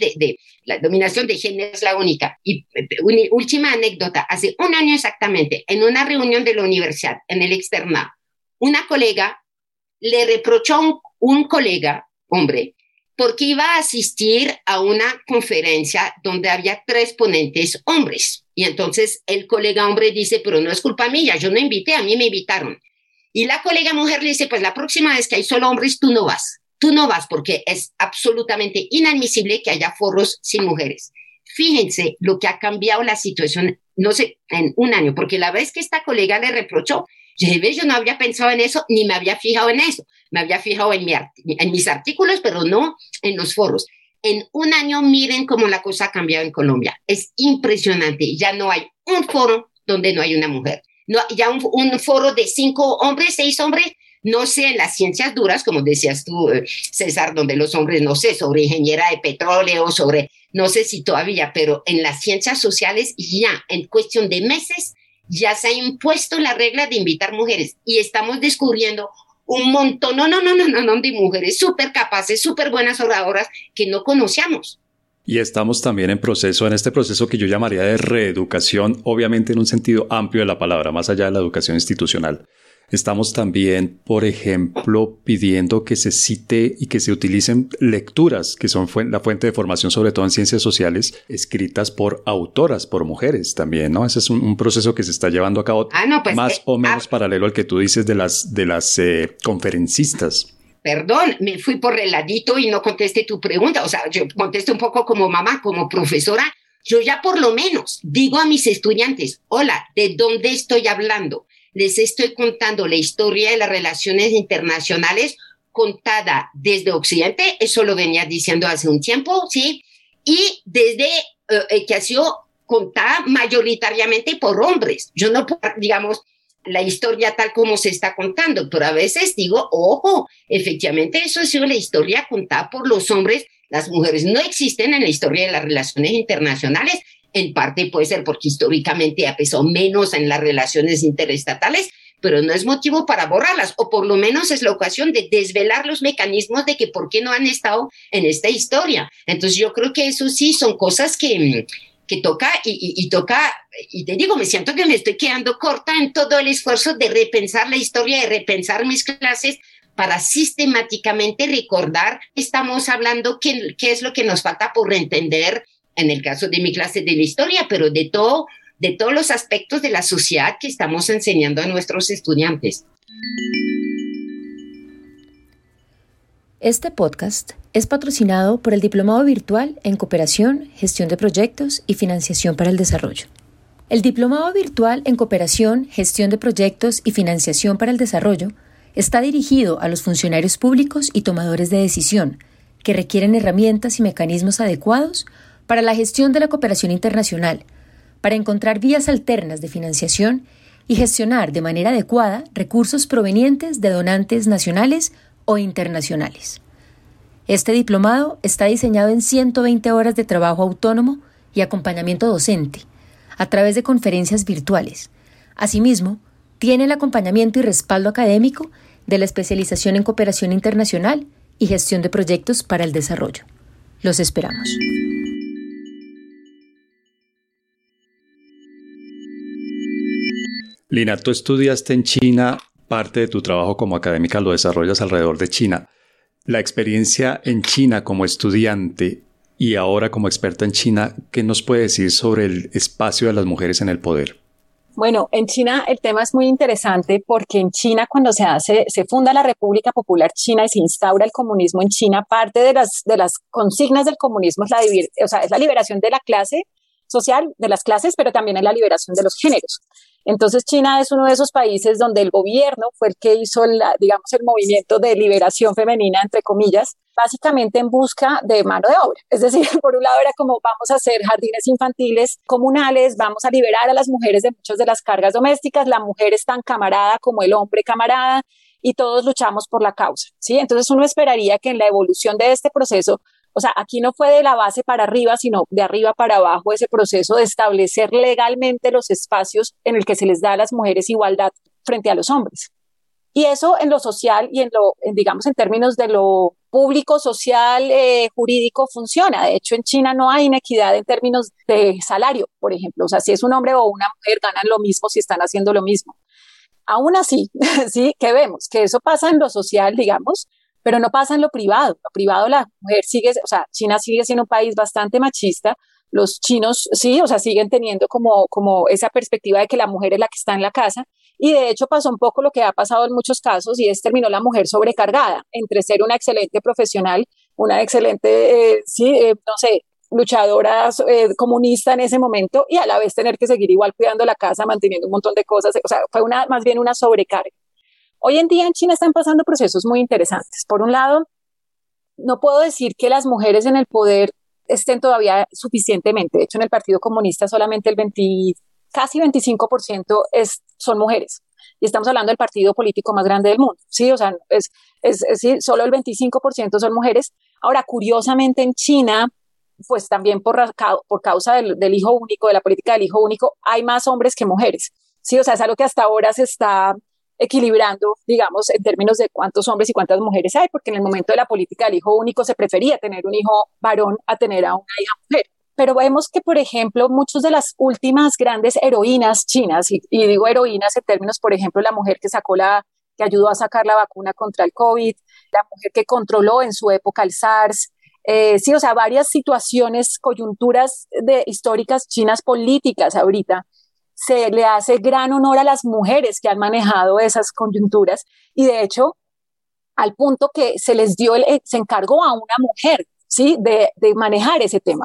la dominación de género es la única. Y una última anécdota, hace 1 año exactamente, en una reunión de la universidad, en el externado, una colega le reprochó a un colega, hombre, porque iba a asistir a una conferencia donde había 3 ponentes hombres. Y entonces el colega hombre dice, pero no es culpa mía, yo no invité, a mí me invitaron. Y la colega mujer le dice, pues la próxima vez que hay solo hombres, tú no vas, porque es absolutamente inadmisible que haya foros sin mujeres. Fíjense lo que ha cambiado la situación, no sé, en 1 año, porque la vez que esta colega le reprochó, yo no había pensado en eso, ni me había fijado en eso. Me había fijado en mis artículos, pero no en los foros. En 1 año, miren cómo la cosa ha cambiado en Colombia. Es impresionante. Ya no hay un foro donde no hay una mujer. No, ya un foro de 5 hombres, 6 hombres, no sé, en las ciencias duras, como decías tú, César, donde los hombres, no sé, sobre ingeniera de petróleo, no sé si todavía, pero en las ciencias sociales ya, en cuestión de meses, ya se ha impuesto la regla de invitar mujeres y estamos descubriendo un montón, de mujeres súper capaces, súper buenas oradoras que no conocíamos. Y estamos también en este proceso que yo llamaría de reeducación, obviamente en un sentido amplio de la palabra, más allá de la educación institucional. Estamos también, por ejemplo, pidiendo que se cite y que se utilicen lecturas que son la fuente de formación, sobre todo en ciencias sociales, escritas por autoras, por mujeres también, ¿no? Ese es un proceso que se está llevando a cabo más o menos paralelo al que tú dices de las conferencistas. Perdón, me fui por el ladito y no contesté tu pregunta. O sea, yo contesté un poco como mamá, como profesora. Yo ya por lo menos digo a mis estudiantes, hola, ¿de dónde estoy hablando? Les estoy contando la historia de las relaciones internacionales contada desde Occidente, eso lo venía diciendo hace un tiempo, ¿sí? Y desde que ha sido contada mayoritariamente por hombres. Yo no puedo, digamos, la historia tal como se está contando, pero a veces digo, ojo, efectivamente eso ha sido la historia contada por los hombres, las mujeres no existen en la historia de las relaciones internacionales, en parte puede ser porque históricamente ha pesado menos en las relaciones interestatales, pero no es motivo para borrarlas, o por lo menos es la ocasión de desvelar los mecanismos de que por qué no han estado en esta historia. Entonces yo creo que eso sí son cosas que toca y te digo, me siento que me estoy quedando corta en todo el esfuerzo de repensar la historia, de repensar mis clases para sistemáticamente recordar que estamos hablando, qué es lo que nos falta por entender en el caso de mi clase de la historia, pero de todos los aspectos de la sociedad que estamos enseñando a nuestros estudiantes. Este podcast es patrocinado por el Diplomado Virtual en Cooperación, Gestión de Proyectos y Financiación para el Desarrollo. El Diplomado Virtual en Cooperación, Gestión de Proyectos y Financiación para el Desarrollo está dirigido a los funcionarios públicos y tomadores de decisión que requieren herramientas y mecanismos adecuados para la gestión de la cooperación internacional, para encontrar vías alternas de financiación y gestionar de manera adecuada recursos provenientes de donantes nacionales o internacionales. Este diplomado está diseñado en 120 horas de trabajo autónomo y acompañamiento docente, a través de conferencias virtuales. Asimismo, tiene el acompañamiento y respaldo académico de la especialización en cooperación internacional y gestión de proyectos para el desarrollo. Los esperamos. Lina, tú estudiaste en China, parte de tu trabajo como académica lo desarrollas alrededor de China. La experiencia en China como estudiante y ahora como experta en China, ¿qué nos puede decir sobre el espacio de las mujeres en el poder? Bueno, en China el tema es muy interesante porque en China cuando se funda la República Popular China y se instaura el comunismo en China, parte de las consignas del comunismo es la liberación de la clase social, de las clases, pero también es la liberación de los géneros. Entonces China es uno de esos países donde el gobierno fue el que hizo el movimiento de liberación femenina, entre comillas, básicamente en busca de mano de obra. Es decir, por un lado era como vamos a hacer jardines infantiles comunales, vamos a liberar a las mujeres de muchas de las cargas domésticas, la mujer es tan camarada como el hombre camarada y todos luchamos por la causa, ¿sí? Entonces uno esperaría que en la evolución de este proceso, o sea, aquí no fue de la base para arriba, sino de arriba para abajo ese proceso de establecer legalmente los espacios en el que se les da a las mujeres igualdad frente a los hombres. Y eso en lo social y en términos de lo público, social, jurídico funciona. De hecho, en China no hay inequidad en términos de salario, por ejemplo. O sea, si es un hombre o una mujer ganan lo mismo si están haciendo lo mismo. Aún así, sí, que vemos que eso pasa en lo social, digamos, pero no pasa en lo privado. Lo privado la mujer China sigue siendo un país bastante machista. Los chinos sí, siguen teniendo como esa perspectiva de que la mujer es la que está en la casa. Y de hecho pasó un poco lo que ha pasado en muchos casos y terminó la mujer sobrecargada entre ser una excelente profesional, una excelente, luchadora comunista en ese momento y a la vez tener que seguir igual cuidando la casa, manteniendo un montón de cosas. O sea, fue más bien una sobrecarga. Hoy en día en China están pasando procesos muy interesantes. Por un lado, no puedo decir que las mujeres en el poder estén todavía suficientemente. De hecho, en el Partido Comunista solamente casi 25% son mujeres. Y estamos hablando del partido político más grande del mundo. Sí, o sea, solo el 25% son mujeres. Ahora, curiosamente en China, pues también por causa del hijo único, de la política del hijo único, hay más hombres que mujeres. Sí, o sea, es algo que hasta ahora se está equilibrando, digamos, en términos de cuántos hombres y cuántas mujeres hay, porque en el momento de la política del hijo único se prefería tener un hijo varón a tener a una hija mujer. Pero vemos que, por ejemplo, muchas de las últimas grandes heroínas chinas, y digo heroínas en términos, por ejemplo, la mujer que ayudó a sacar la vacuna contra el COVID, la mujer que controló en su época el SARS, varias situaciones, coyunturas históricas chinas políticas ahorita, se le hace gran honor a las mujeres que han manejado esas coyunturas y de hecho al punto que se encargó a una mujer, ¿sí? de manejar ese tema.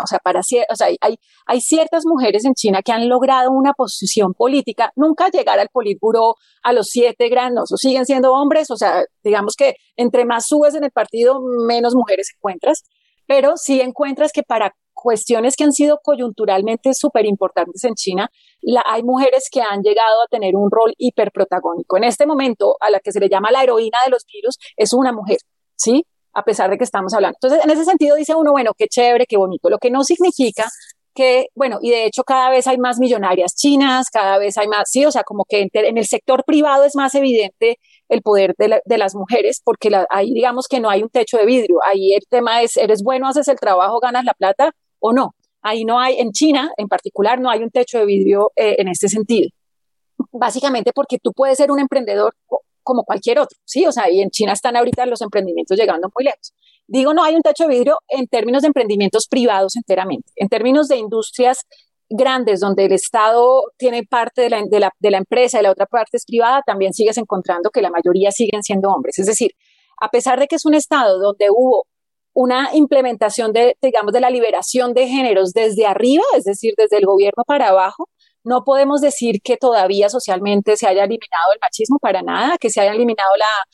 Hay ciertas mujeres en China que han logrado una posición política, nunca llegar al Politburó a los 7 grandes, o siguen siendo hombres, o sea, digamos que entre más subes en el partido, menos mujeres encuentras, pero sí encuentras que para cuestiones que han sido coyunturalmente súper importantes en China, hay mujeres que han llegado a tener un rol hiperprotagónico. En este momento, a la que se le llama la heroína de los virus, es una mujer, ¿sí? A pesar de que estamos hablando. Entonces, en ese sentido dice uno, bueno, qué chévere, qué bonito. Lo que no significa que, bueno, y de hecho cada vez hay más millonarias chinas, cada vez hay más, sí, o sea, como que en el sector privado es más evidente el poder de las mujeres, porque ahí digamos que no hay un techo de vidrio, ahí el tema es, eres bueno, haces el trabajo, ganas la plata o no. Ahí no hay, en China en particular, no hay un techo de vidrio en este sentido. Básicamente porque tú puedes ser un emprendedor como cualquier otro, ¿sí? O sea, y en China están ahorita los emprendimientos llegando muy lejos. Digo, no hay un techo de vidrio en términos de emprendimientos privados enteramente. En términos de industrias grandes, donde el Estado tiene parte de la empresa y la otra parte es privada, también sigues encontrando que la mayoría siguen siendo hombres. Es decir, a pesar de que es un Estado donde hubo una implementación digamos, de la liberación de géneros desde arriba, es decir, desde el gobierno para abajo, no podemos decir que todavía socialmente se haya eliminado el machismo para nada, que se haya eliminado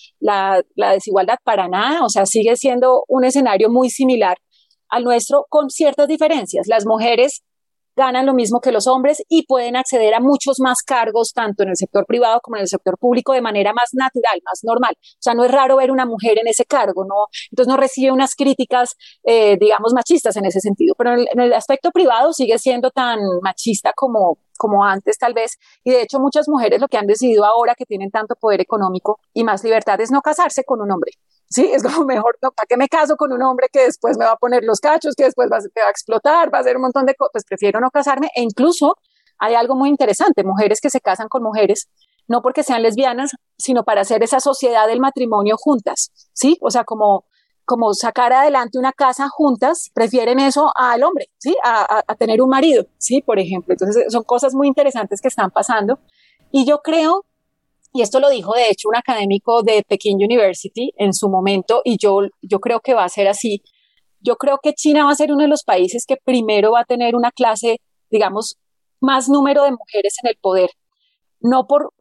la desigualdad para nada. O sea, sigue siendo un escenario muy similar al nuestro con ciertas diferencias. Las mujeres ganan lo mismo que los hombres y pueden acceder a muchos más cargos, tanto en el sector privado como en el sector público, de manera más natural, más normal. O sea, no es raro ver una mujer en ese cargo, ¿no? Entonces no recibe unas críticas, digamos, machistas en ese sentido. Pero en el aspecto privado sigue siendo tan machista como antes tal vez, y de hecho muchas mujeres lo que han decidido ahora que tienen tanto poder económico y más libertad es no casarse con un hombre. Sí, es como mejor, no, ¿para qué me caso con un hombre que después me va a poner los cachos, que después me va a explotar, va a hacer un montón de cosas? Pues prefiero no casarme. E incluso hay algo muy interesante, mujeres que se casan con mujeres, no porque sean lesbianas, sino para hacer esa sociedad del matrimonio juntas, ¿sí? O sea, como sacar adelante una casa juntas, prefieren eso al hombre, ¿sí? A tener un marido, ¿sí? Por ejemplo. Entonces, son cosas muy interesantes que están pasando. Y yo creo, y esto lo dijo de hecho un académico de Peking University en su momento, y yo creo que va a ser así. Yo creo que China va a ser uno de los países que primero va a tener una clase, digamos, más número de mujeres en el poder. No por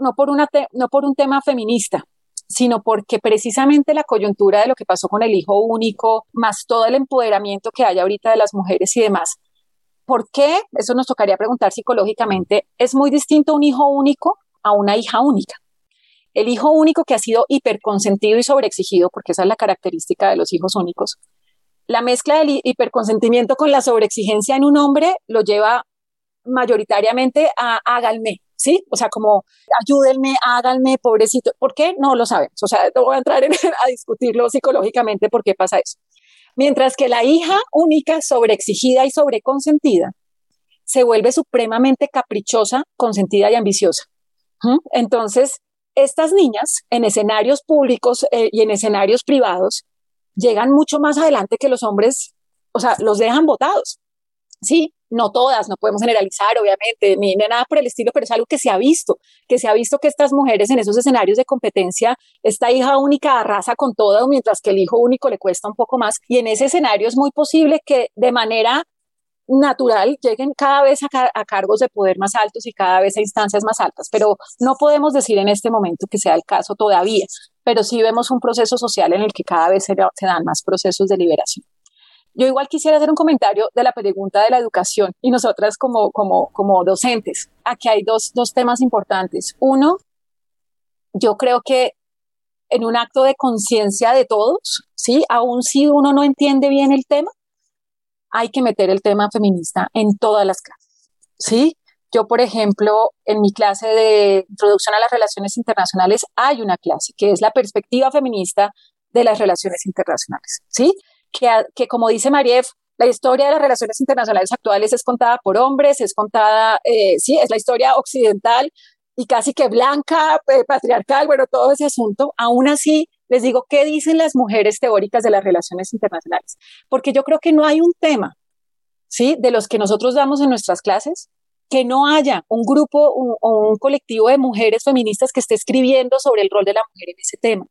un tema feminista, sino porque precisamente la coyuntura de lo que pasó con el hijo único, más todo el empoderamiento que hay ahorita de las mujeres y demás. ¿Por qué? Eso nos tocaría preguntar psicológicamente. Es muy distinto un hijo único a una hija única. El hijo único que ha sido hiperconsentido y sobreexigido, porque esa es la característica de los hijos únicos, la mezcla del hiperconsentimiento con la sobreexigencia en un hombre lo lleva mayoritariamente a háganme, ¿sí? O sea, como ayúdenme, háganme, pobrecito. ¿Por qué? No lo sabemos. O sea, no voy a entrar a discutirlo psicológicamente por qué pasa eso. Mientras que la hija única, sobreexigida y sobreconsentida, se vuelve supremamente caprichosa, consentida y ambiciosa. Entonces, estas niñas en escenarios públicos y en escenarios privados llegan mucho más adelante que los hombres, o sea, los dejan botados. Sí, no todas, no podemos generalizar, obviamente, ni nada por el estilo, pero es algo que se ha visto que estas mujeres en esos escenarios de competencia, esta hija única arrasa con todo, mientras que el hijo único le cuesta un poco más, y en ese escenario es muy posible que de manera natural lleguen cada vez a cargos de poder más altos y cada vez a instancias más altas, pero no podemos decir en este momento que sea el caso todavía, pero sí vemos un proceso social en el que cada vez se dan más procesos de liberación. Yo igual quisiera hacer un comentario de la pregunta de la educación y nosotras como docentes. Aquí hay dos temas importantes. Uno, yo creo que en un acto de conciencia de todos, ¿sí? Aun si uno no entiende bien el tema, hay que meter el tema feminista en todas las clases, ¿sí? Yo, por ejemplo, en mi clase de Introducción a las Relaciones Internacionales hay una clase que es la perspectiva feminista de las relaciones internacionales, ¿sí? Que como dice Mariev, la historia de las relaciones internacionales actuales es contada por hombres, es contada, sí, es la historia occidental y casi que blanca, patriarcal, bueno, todo ese asunto. Aún así, les digo, ¿qué dicen las mujeres teóricas de las relaciones internacionales? Porque yo creo que no hay un tema, ¿sí?, de los que nosotros damos en nuestras clases, que no haya un grupo o un colectivo de mujeres feministas que esté escribiendo sobre el rol de la mujer en ese tema.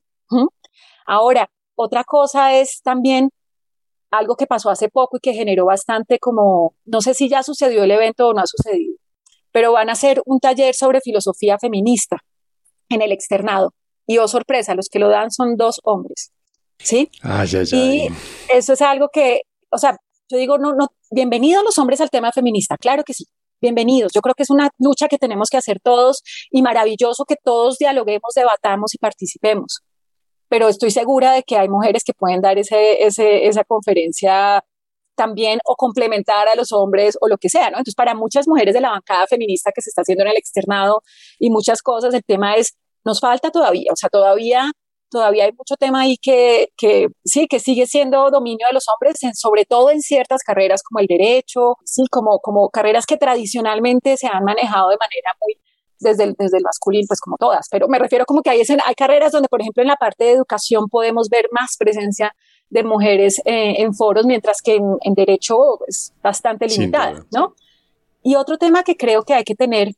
Ahora, otra cosa es también algo que pasó hace poco y que generó bastante como, no sé si ya sucedió el evento o no ha sucedido, pero van a hacer un taller sobre filosofía feminista en el externado. Y oh sorpresa, los que lo dan son 2 hombres, ¿sí? Ay. Y eso es algo que, o sea, yo digo, no, no, bienvenidos los hombres al tema feminista, claro que sí, bienvenidos. Yo creo que es una lucha que tenemos que hacer todos y maravilloso que todos dialoguemos, debatamos y participemos. Pero estoy segura de que hay mujeres que pueden dar esa conferencia también o complementar a los hombres o lo que sea, ¿no? Entonces, para muchas mujeres de la bancada feminista que se está haciendo en el externado y muchas cosas, el tema es, nos falta todavía, o sea, todavía hay mucho tema ahí que sí, que sigue siendo dominio de los hombres, sobre todo en ciertas carreras como el derecho, sí, como carreras que tradicionalmente se han manejado de manera muy desde el masculino, pues como todas, pero me refiero como que hay carreras donde, por ejemplo, en la parte de educación podemos ver más presencia de mujeres en foros, mientras que en derecho es bastante limitada, ¿no? Y otro tema que creo que hay que tener,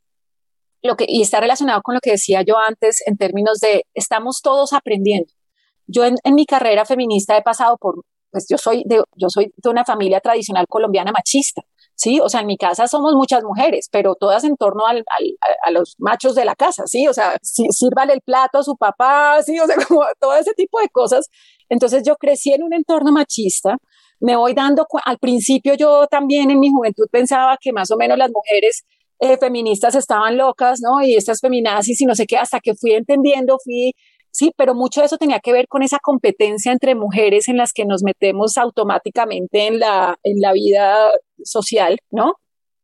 y está relacionado con lo que decía yo antes, en términos de estamos todos aprendiendo. Yo en mi carrera feminista he pasado pues yo soy de una familia tradicional colombiana machista, ¿sí? O sea, en mi casa somos muchas mujeres, pero todas en torno a los machos de la casa, ¿sí? O sea, sírvale el plato a su papá, ¿sí? O sea, como todo ese tipo de cosas. Entonces yo crecí en un entorno machista, me voy dando, al principio yo también en mi juventud pensaba que más o menos las mujeres feministas estaban locas, ¿no? Y estas feminazis y no sé qué, hasta que fui entendiendo, sí, pero mucho de eso tenía que ver con esa competencia entre mujeres en las que nos metemos automáticamente en la vida social, ¿no?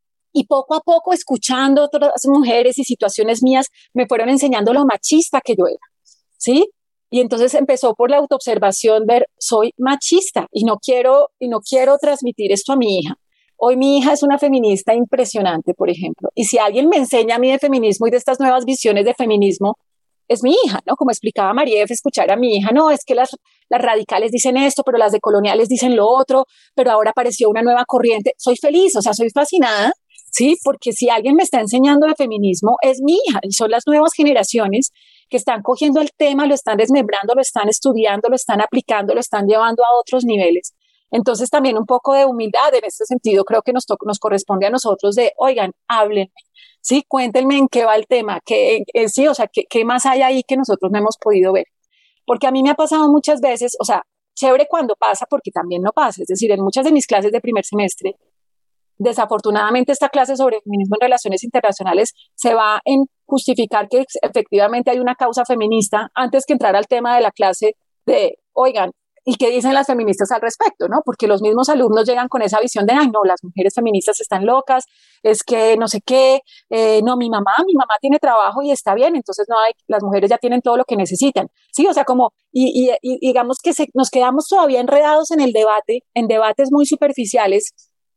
Y poco a poco, escuchando otras mujeres y situaciones mías, me fueron enseñando lo machista que yo era, ¿sí? Y entonces empezó por la autoobservación, ver, soy machista y no quiero transmitir esto a mi hija. Hoy mi hija es una feminista impresionante, por ejemplo, y si alguien me enseña a mí de feminismo y de estas nuevas visiones de feminismo, es mi hija, ¿no? Como explicaba María, escuchar a mi hija, no, es que las radicales dicen esto, pero las decoloniales dicen lo otro, pero ahora apareció una nueva corriente. Soy feliz, o sea, soy fascinada, ¿sí? Porque si alguien me está enseñando de feminismo, es mi hija, y son las nuevas generaciones que están cogiendo el tema, lo están desmembrando, lo están estudiando, lo están aplicando, lo están llevando a otros niveles. Entonces también un poco de humildad en este sentido creo que nos corresponde a nosotros de, oigan, háblenme, sí, cuéntenme en qué va el tema, sí, o sea, qué más hay ahí que nosotros no hemos podido ver. Porque a mí me ha pasado muchas veces, o sea, chévere cuando pasa porque también no pasa, es decir, en muchas de mis clases de primer semestre, desafortunadamente esta clase sobre feminismo en relaciones internacionales se va en justificar que efectivamente hay una causa feminista antes que entrar al tema de la clase de, oigan, ¿y qué dicen las feministas al respecto? ¿No? Porque los mismos alumnos llegan con esa visión de, ay, no, las mujeres feministas están locas, es que no sé qué, no, mi mamá tiene trabajo y está bien, entonces las mujeres ya tienen todo lo que necesitan. Sí, o sea, como, y digamos que nos quedamos todavía enredados en el debate, en debates muy superficiales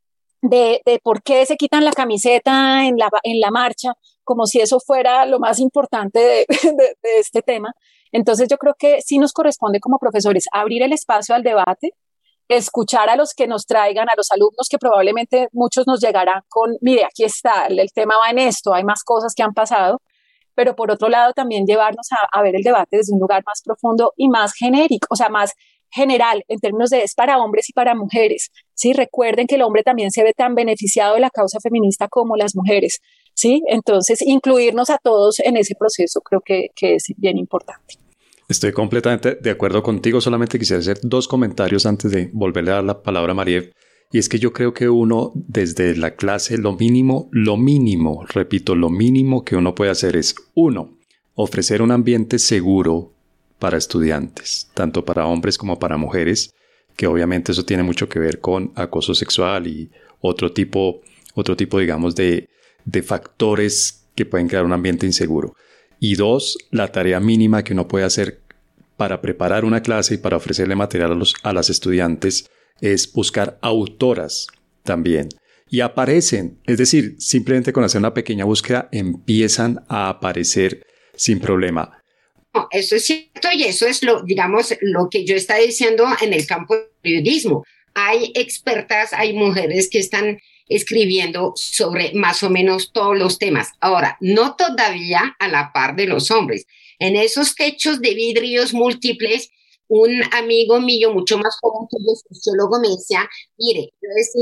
de por qué se quitan la camiseta en la marcha, como si eso fuera lo más importante de este tema. Entonces yo creo que sí nos corresponde como profesores abrir el espacio al debate, escuchar a los que nos traigan, a los alumnos que probablemente muchos nos llegarán con, mire, aquí está, el tema va en esto, hay más cosas que han pasado, pero por otro lado también llevarnos a ver el debate desde un lugar más profundo y más genérico, o sea, más general, en términos de es para hombres y para mujeres, ¿sí? Recuerden que el hombre también se ve tan beneficiado de la causa feminista como las mujeres, ¿sí? Entonces, incluirnos a todos en ese proceso creo que es bien importante. Estoy completamente de acuerdo contigo, solamente quisiera hacer 2 comentarios antes de volverle a dar la palabra a María. Y es que yo creo que uno desde la clase lo mínimo, repito, lo mínimo que uno puede hacer es 1, ofrecer un ambiente seguro para estudiantes, tanto para hombres como para mujeres, que obviamente eso tiene mucho que ver con acoso sexual y otro tipo digamos, de factores que pueden crear un ambiente inseguro. Y 2, la tarea mínima que uno puede hacer para preparar una clase y para ofrecerle material a las estudiantes es buscar autoras también. Y aparecen, es decir, simplemente con hacer una pequeña búsqueda empiezan a aparecer sin problema. No, eso es cierto y eso es lo que yo estaba diciendo en el campo del periodismo. Hay expertas, hay mujeres que están escribiendo sobre más o menos todos los temas. Ahora, no todavía a la par de los hombres. En esos techos de vidrios múltiples, un amigo mío mucho más joven que yo, sociólogo, me decía, mire,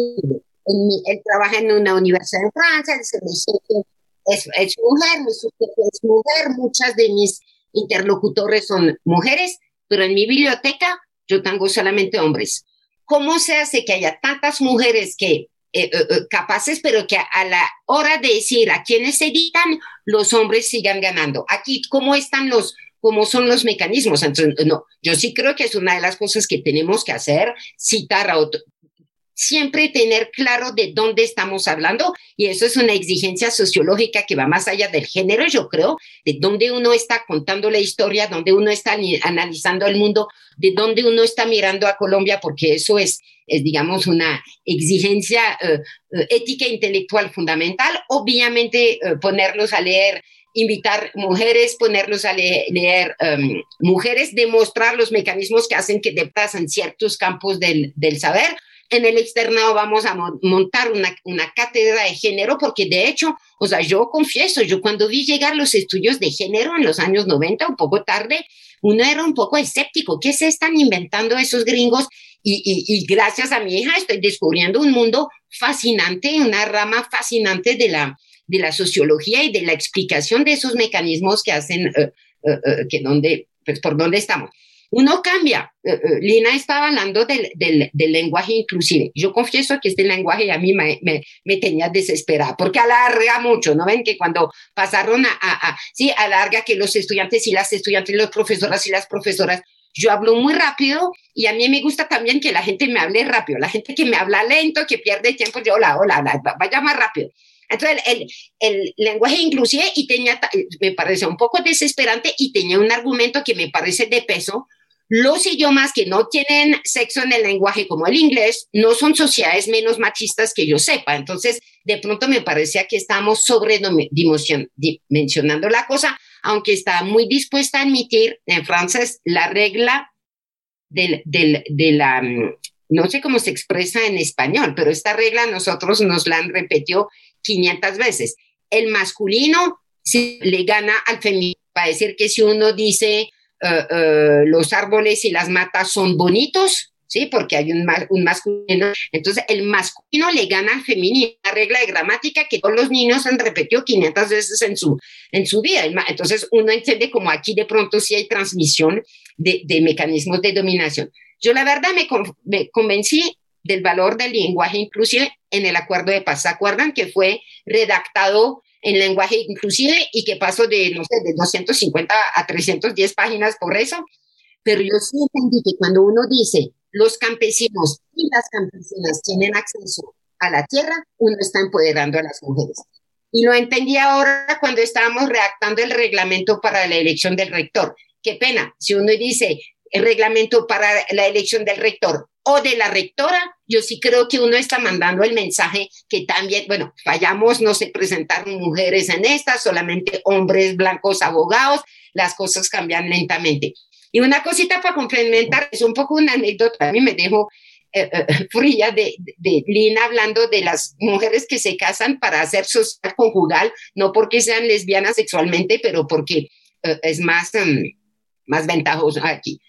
él trabaja en una universidad en Francia, es mujer, muchas de mis interlocutores son mujeres, pero en mi biblioteca yo tengo solamente hombres. ¿cómo se hace que haya tantas mujeres que capaces, pero que a la hora de decir a quienes se editan, los hombres sigan ganando? Aquí, ¿cómo son los mecanismos? Entonces, no, yo sí creo que es una de las cosas que tenemos que hacer, citar a otro, siempre tener claro de dónde estamos hablando, y eso es una exigencia sociológica que va más allá del género, yo creo, de dónde uno está contando la historia, dónde uno está analizando el mundo, de dónde uno está mirando a Colombia, porque eso es digamos, una exigencia ética e intelectual fundamental. Obviamente, ponerlos a leer, invitar mujeres, ponerlos a leer mujeres, demostrar los mecanismos que hacen que depasan ciertos campos del saber. En el externado vamos a montar una cátedra de género, porque de hecho, o sea, yo confieso, yo cuando vi llegar los estudios de género en los años 90, un poco tarde, uno era un poco escéptico. ¿Qué se están inventando esos gringos? Y gracias a mi hija estoy descubriendo un mundo fascinante, una rama fascinante de la sociología y de la explicación de esos mecanismos que hacen por dónde estamos. Uno cambia. Lina estaba hablando del lenguaje inclusive. Yo confieso que este lenguaje a mí me tenía desesperada, porque alarga mucho, ¿no ven? Que cuando pasaron sí, alarga que los estudiantes y las estudiantes, los profesoras y las profesoras, yo hablo muy rápido, y a mí me gusta también que la gente me hable rápido. La gente que me habla lento, que pierde tiempo, yo, hola, vaya más rápido. Entonces, el lenguaje inclusive, me parece un poco desesperante, y tenía un argumento que me parece de peso. Los idiomas que no tienen sexo en el lenguaje, como el inglés, no son sociedades menos machistas que yo sepa. Entonces, de pronto me parecía que estábamos sobredimensionando la cosa, aunque estaba muy dispuesta a admitir en francés la regla no sé cómo se expresa en español, pero esta regla nosotros nos la han repetido 500 veces. El masculino le gana al femenino. Para decir que si uno dice los árboles y las matas son bonitos, ¿sí? Porque hay un masculino. Entonces, el masculino le gana al femenino. Una regla de gramática que todos los niños han repetido 500 veces en su vida. Entonces, uno entiende como aquí de pronto sí hay transmisión de mecanismos de dominación. Yo, la verdad, me convencí del valor del lenguaje inclusive en el Acuerdo de Paz. ¿Se acuerdan que fue redactado en lenguaje inclusive y que pasó de 250 a 310 páginas por eso? Pero yo sí entendí que cuando uno dice los campesinos y las campesinas tienen acceso a la tierra, uno está empoderando a las mujeres. Y lo entendí ahora cuando estábamos redactando el reglamento para la elección del rector. Qué pena, si uno dice el reglamento para la elección del rector o de la rectora, yo sí creo que uno está mandando el mensaje que también, bueno, fallamos, no se presentaron mujeres en esta, solamente hombres blancos abogados, las cosas cambian lentamente. Y una cosita para complementar, es un poco una anécdota, a mí me dejó fría de Lina hablando de las mujeres que se casan para hacer sociedad conjugal, no porque sean lesbianas sexualmente, pero porque es más ventajoso aquí.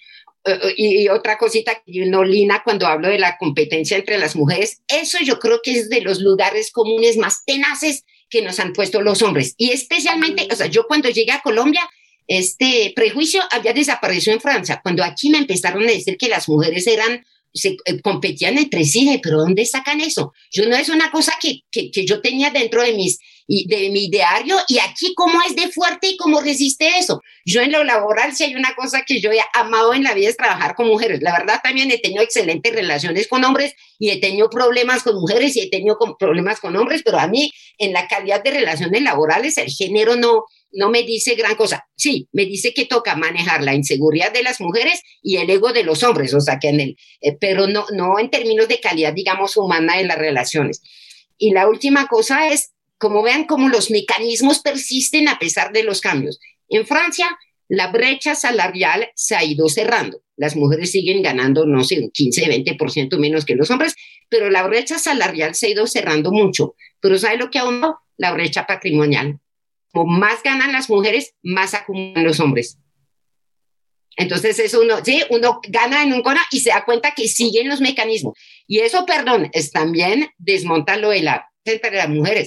Y otra cosita que Lina, cuando hablo de la competencia entre las mujeres, eso yo creo que es de los lugares comunes más tenaces que nos han puesto los hombres. Y especialmente, o sea, yo cuando llegué a Colombia, este prejuicio había desaparecido en Francia. Cuando aquí me empezaron a decir que las mujeres competían entre sí, pero ¿dónde sacan eso? Yo no es una cosa que yo tenía dentro de mi ideario, y aquí cómo es de fuerte y cómo resiste eso. Yo en lo laboral, si hay una cosa que yo he amado en la vida es trabajar con mujeres. La verdad, también he tenido excelentes relaciones con hombres y he tenido problemas con mujeres y he tenido problemas con hombres, pero a mí en la calidad de relaciones laborales el género no me dice gran cosa. Sí, me dice que toca manejar la inseguridad de las mujeres y el ego de los hombres, o sea, que pero no en términos de calidad, digamos, humana de las relaciones. Y la última cosa es, como vean cómo los mecanismos persisten a pesar de los cambios. En Francia, la brecha salarial se ha ido cerrando. Las mujeres siguen ganando, no sé, un 15-20% menos que los hombres, pero la brecha salarial se ha ido cerrando mucho. Pero ¿sabe lo que aún no? La brecha patrimonial. Como más ganan las mujeres, más acumulan los hombres. Entonces eso uno gana en un cono y se da cuenta que siguen los mecanismos. Y eso, perdón, es también desmonta lo de entre las mujeres.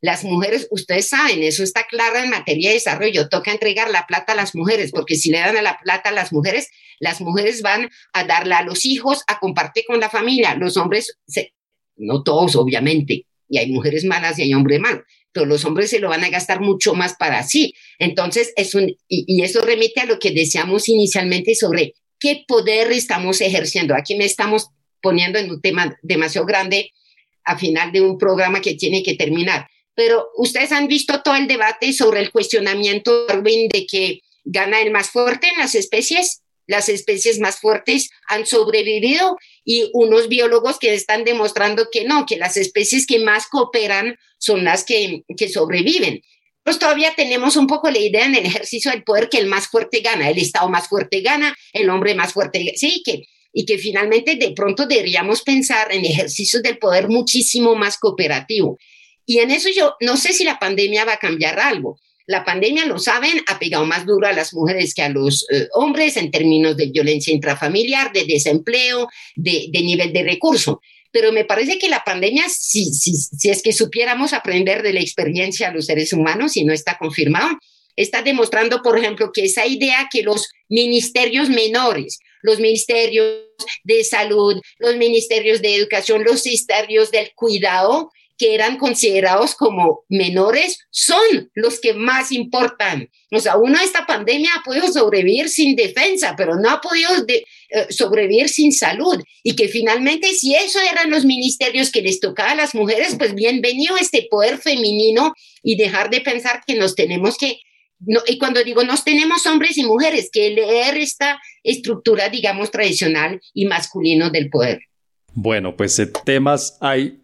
Las mujeres, ustedes saben, eso está claro en materia de desarrollo, toca entregar la plata a las mujeres, porque si le dan a la plata a las mujeres van a darla a los hijos, a compartir con la familia. Los hombres, no todos obviamente, y hay mujeres malas y hay hombres malos, pero los hombres se lo van a gastar mucho más para sí. Entonces, y eso remite a lo que decíamos inicialmente sobre qué poder estamos ejerciendo. Aquí me estamos poniendo en un tema demasiado grande a final de un programa que tiene que terminar. Pero ustedes han visto todo el debate sobre el cuestionamiento de que gana el más fuerte en las especies. Las especies más fuertes han sobrevivido y unos biólogos que están demostrando que no, que las especies que más cooperan son las que sobreviven. Pues todavía tenemos un poco la idea en el ejercicio del poder que el más fuerte gana, el Estado más fuerte gana, el hombre más fuerte, sí, y que finalmente de pronto deberíamos pensar en ejercicios del poder muchísimo más cooperativo. Y en eso yo no sé si la pandemia va a cambiar algo. La pandemia, lo saben, ha pegado más duro a las mujeres que a los hombres en términos de violencia intrafamiliar, de desempleo, de nivel de recurso. Pero me parece que la pandemia, si es que supiéramos aprender de la experiencia de los seres humanos, y no está confirmado, está demostrando, por ejemplo, que esa idea que los ministerios menores, los ministerios de salud, los ministerios de educación, los ministerios del cuidado, que eran considerados como menores, son los que más importan. O sea, uno de esta pandemia ha podido sobrevivir sin defensa, pero no ha podido sobrevivir sin salud. Y que finalmente, si eso eran los ministerios que les tocaba a las mujeres, pues bienvenido este poder femenino y dejar de pensar que nos tenemos que... No, y cuando digo nos tenemos hombres y mujeres, que leer esta estructura, digamos, tradicional y masculino del poder. Bueno, pues temas hay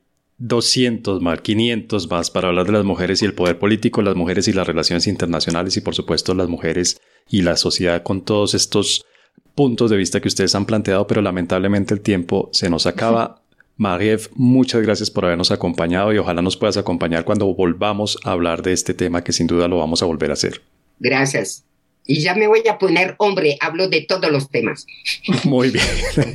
200 más, 500 más para hablar de las mujeres y el poder político, las mujeres y las relaciones internacionales y por supuesto las mujeres y la sociedad con todos estos puntos de vista que ustedes han planteado, pero lamentablemente el tiempo se nos acaba. Marie-Ève, muchas gracias por habernos acompañado y ojalá nos puedas acompañar cuando volvamos a hablar de este tema que sin duda lo vamos a volver a hacer. Gracias. Y ya me voy a poner hombre, hablo de todos los temas. Muy bien.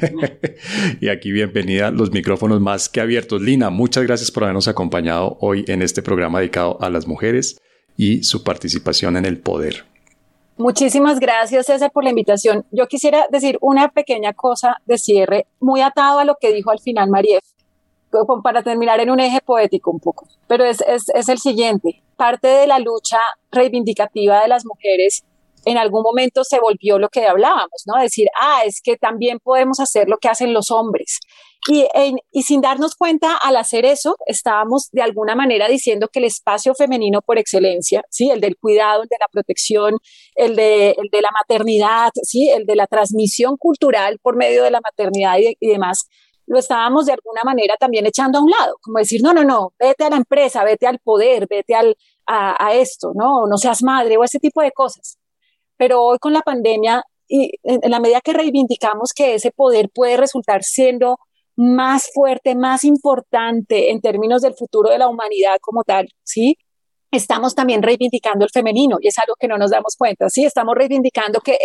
Y aquí bienvenida, los micrófonos más que abiertos. Lina, muchas gracias por habernos acompañado hoy en este programa dedicado a las mujeres y su participación en el poder. Muchísimas gracias, César, por la invitación. Yo quisiera decir una pequeña cosa de cierre, muy atado a lo que dijo al final Marie-Ève, para terminar en un eje poético un poco. Pero es el siguiente. Parte de la lucha reivindicativa de las mujeres en algún momento se volvió lo que hablábamos, ¿no? Decir, es que también podemos hacer lo que hacen los hombres. Y sin darnos cuenta, al hacer eso, estábamos de alguna manera diciendo que el espacio femenino por excelencia, ¿sí? El del cuidado, el de la protección, el de la maternidad, ¿sí? El de la transmisión cultural por medio de la maternidad y demás, lo estábamos de alguna manera también echando a un lado, como decir, no, vete a la empresa, vete al poder, vete a esto, no seas madre o ese tipo de cosas. Pero hoy con la pandemia, y en la medida que reivindicamos que ese poder puede resultar siendo más fuerte, más importante en términos del futuro de la humanidad como tal, ¿sí? Estamos también reivindicando el femenino y es algo que no nos damos cuenta, ¿sí? Estamos reivindicando que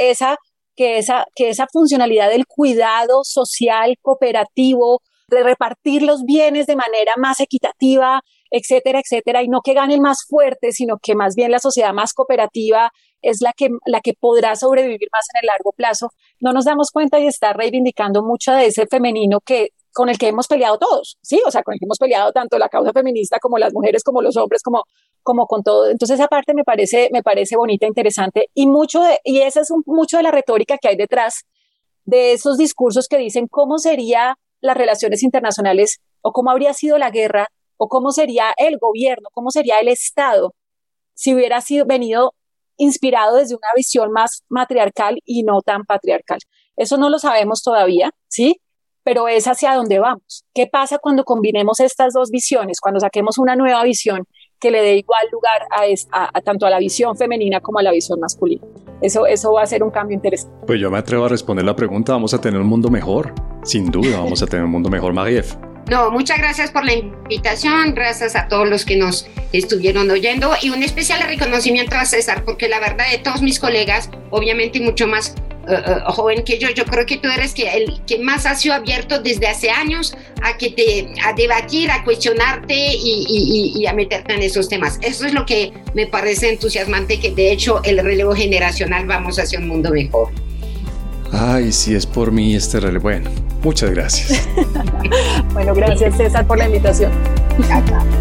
esa funcionalidad del cuidado social, cooperativo, de repartir los bienes de manera más equitativa, etcétera, etcétera, y no que gane el más fuerte, sino que más bien la sociedad más cooperativa es la que podrá sobrevivir más en el largo plazo. No nos damos cuenta y está reivindicando mucho de ese femenino con el que hemos peleado todos, ¿sí? O sea, con el que hemos peleado tanto la causa feminista como las mujeres, como los hombres, como con todo. Entonces esa parte me parece bonita, interesante y esa es mucho de la retórica que hay detrás de esos discursos que dicen cómo serían las relaciones internacionales o cómo habría sido la guerra o cómo sería el gobierno, cómo sería el Estado si hubiera venido inspirado desde una visión más matriarcal y no tan patriarcal. Eso no lo sabemos todavía, ¿sí? Pero es hacia dónde vamos. ¿Qué pasa cuando combinemos estas dos visiones? Cuando saquemos una nueva visión que le dé igual lugar a tanto a la visión femenina como a la visión masculina. Eso va a ser un cambio interesante. Pues yo me atrevo a responder la pregunta, vamos a tener un mundo mejor. Sin duda vamos a tener un mundo mejor, Marie-Ève. No, muchas gracias por la invitación, gracias a todos los que nos estuvieron oyendo y un especial reconocimiento a César, porque la verdad de todos mis colegas, obviamente mucho más joven que yo creo que tú eres el que más ha sido abierto desde hace años a debatir, a cuestionarte y a meterte en esos temas. Eso es lo que me parece entusiasmante, que de hecho el relevo generacional vamos hacia un mundo mejor. Ay, si es por mí este relevo. Bueno, muchas gracias. Bueno, gracias César por la invitación.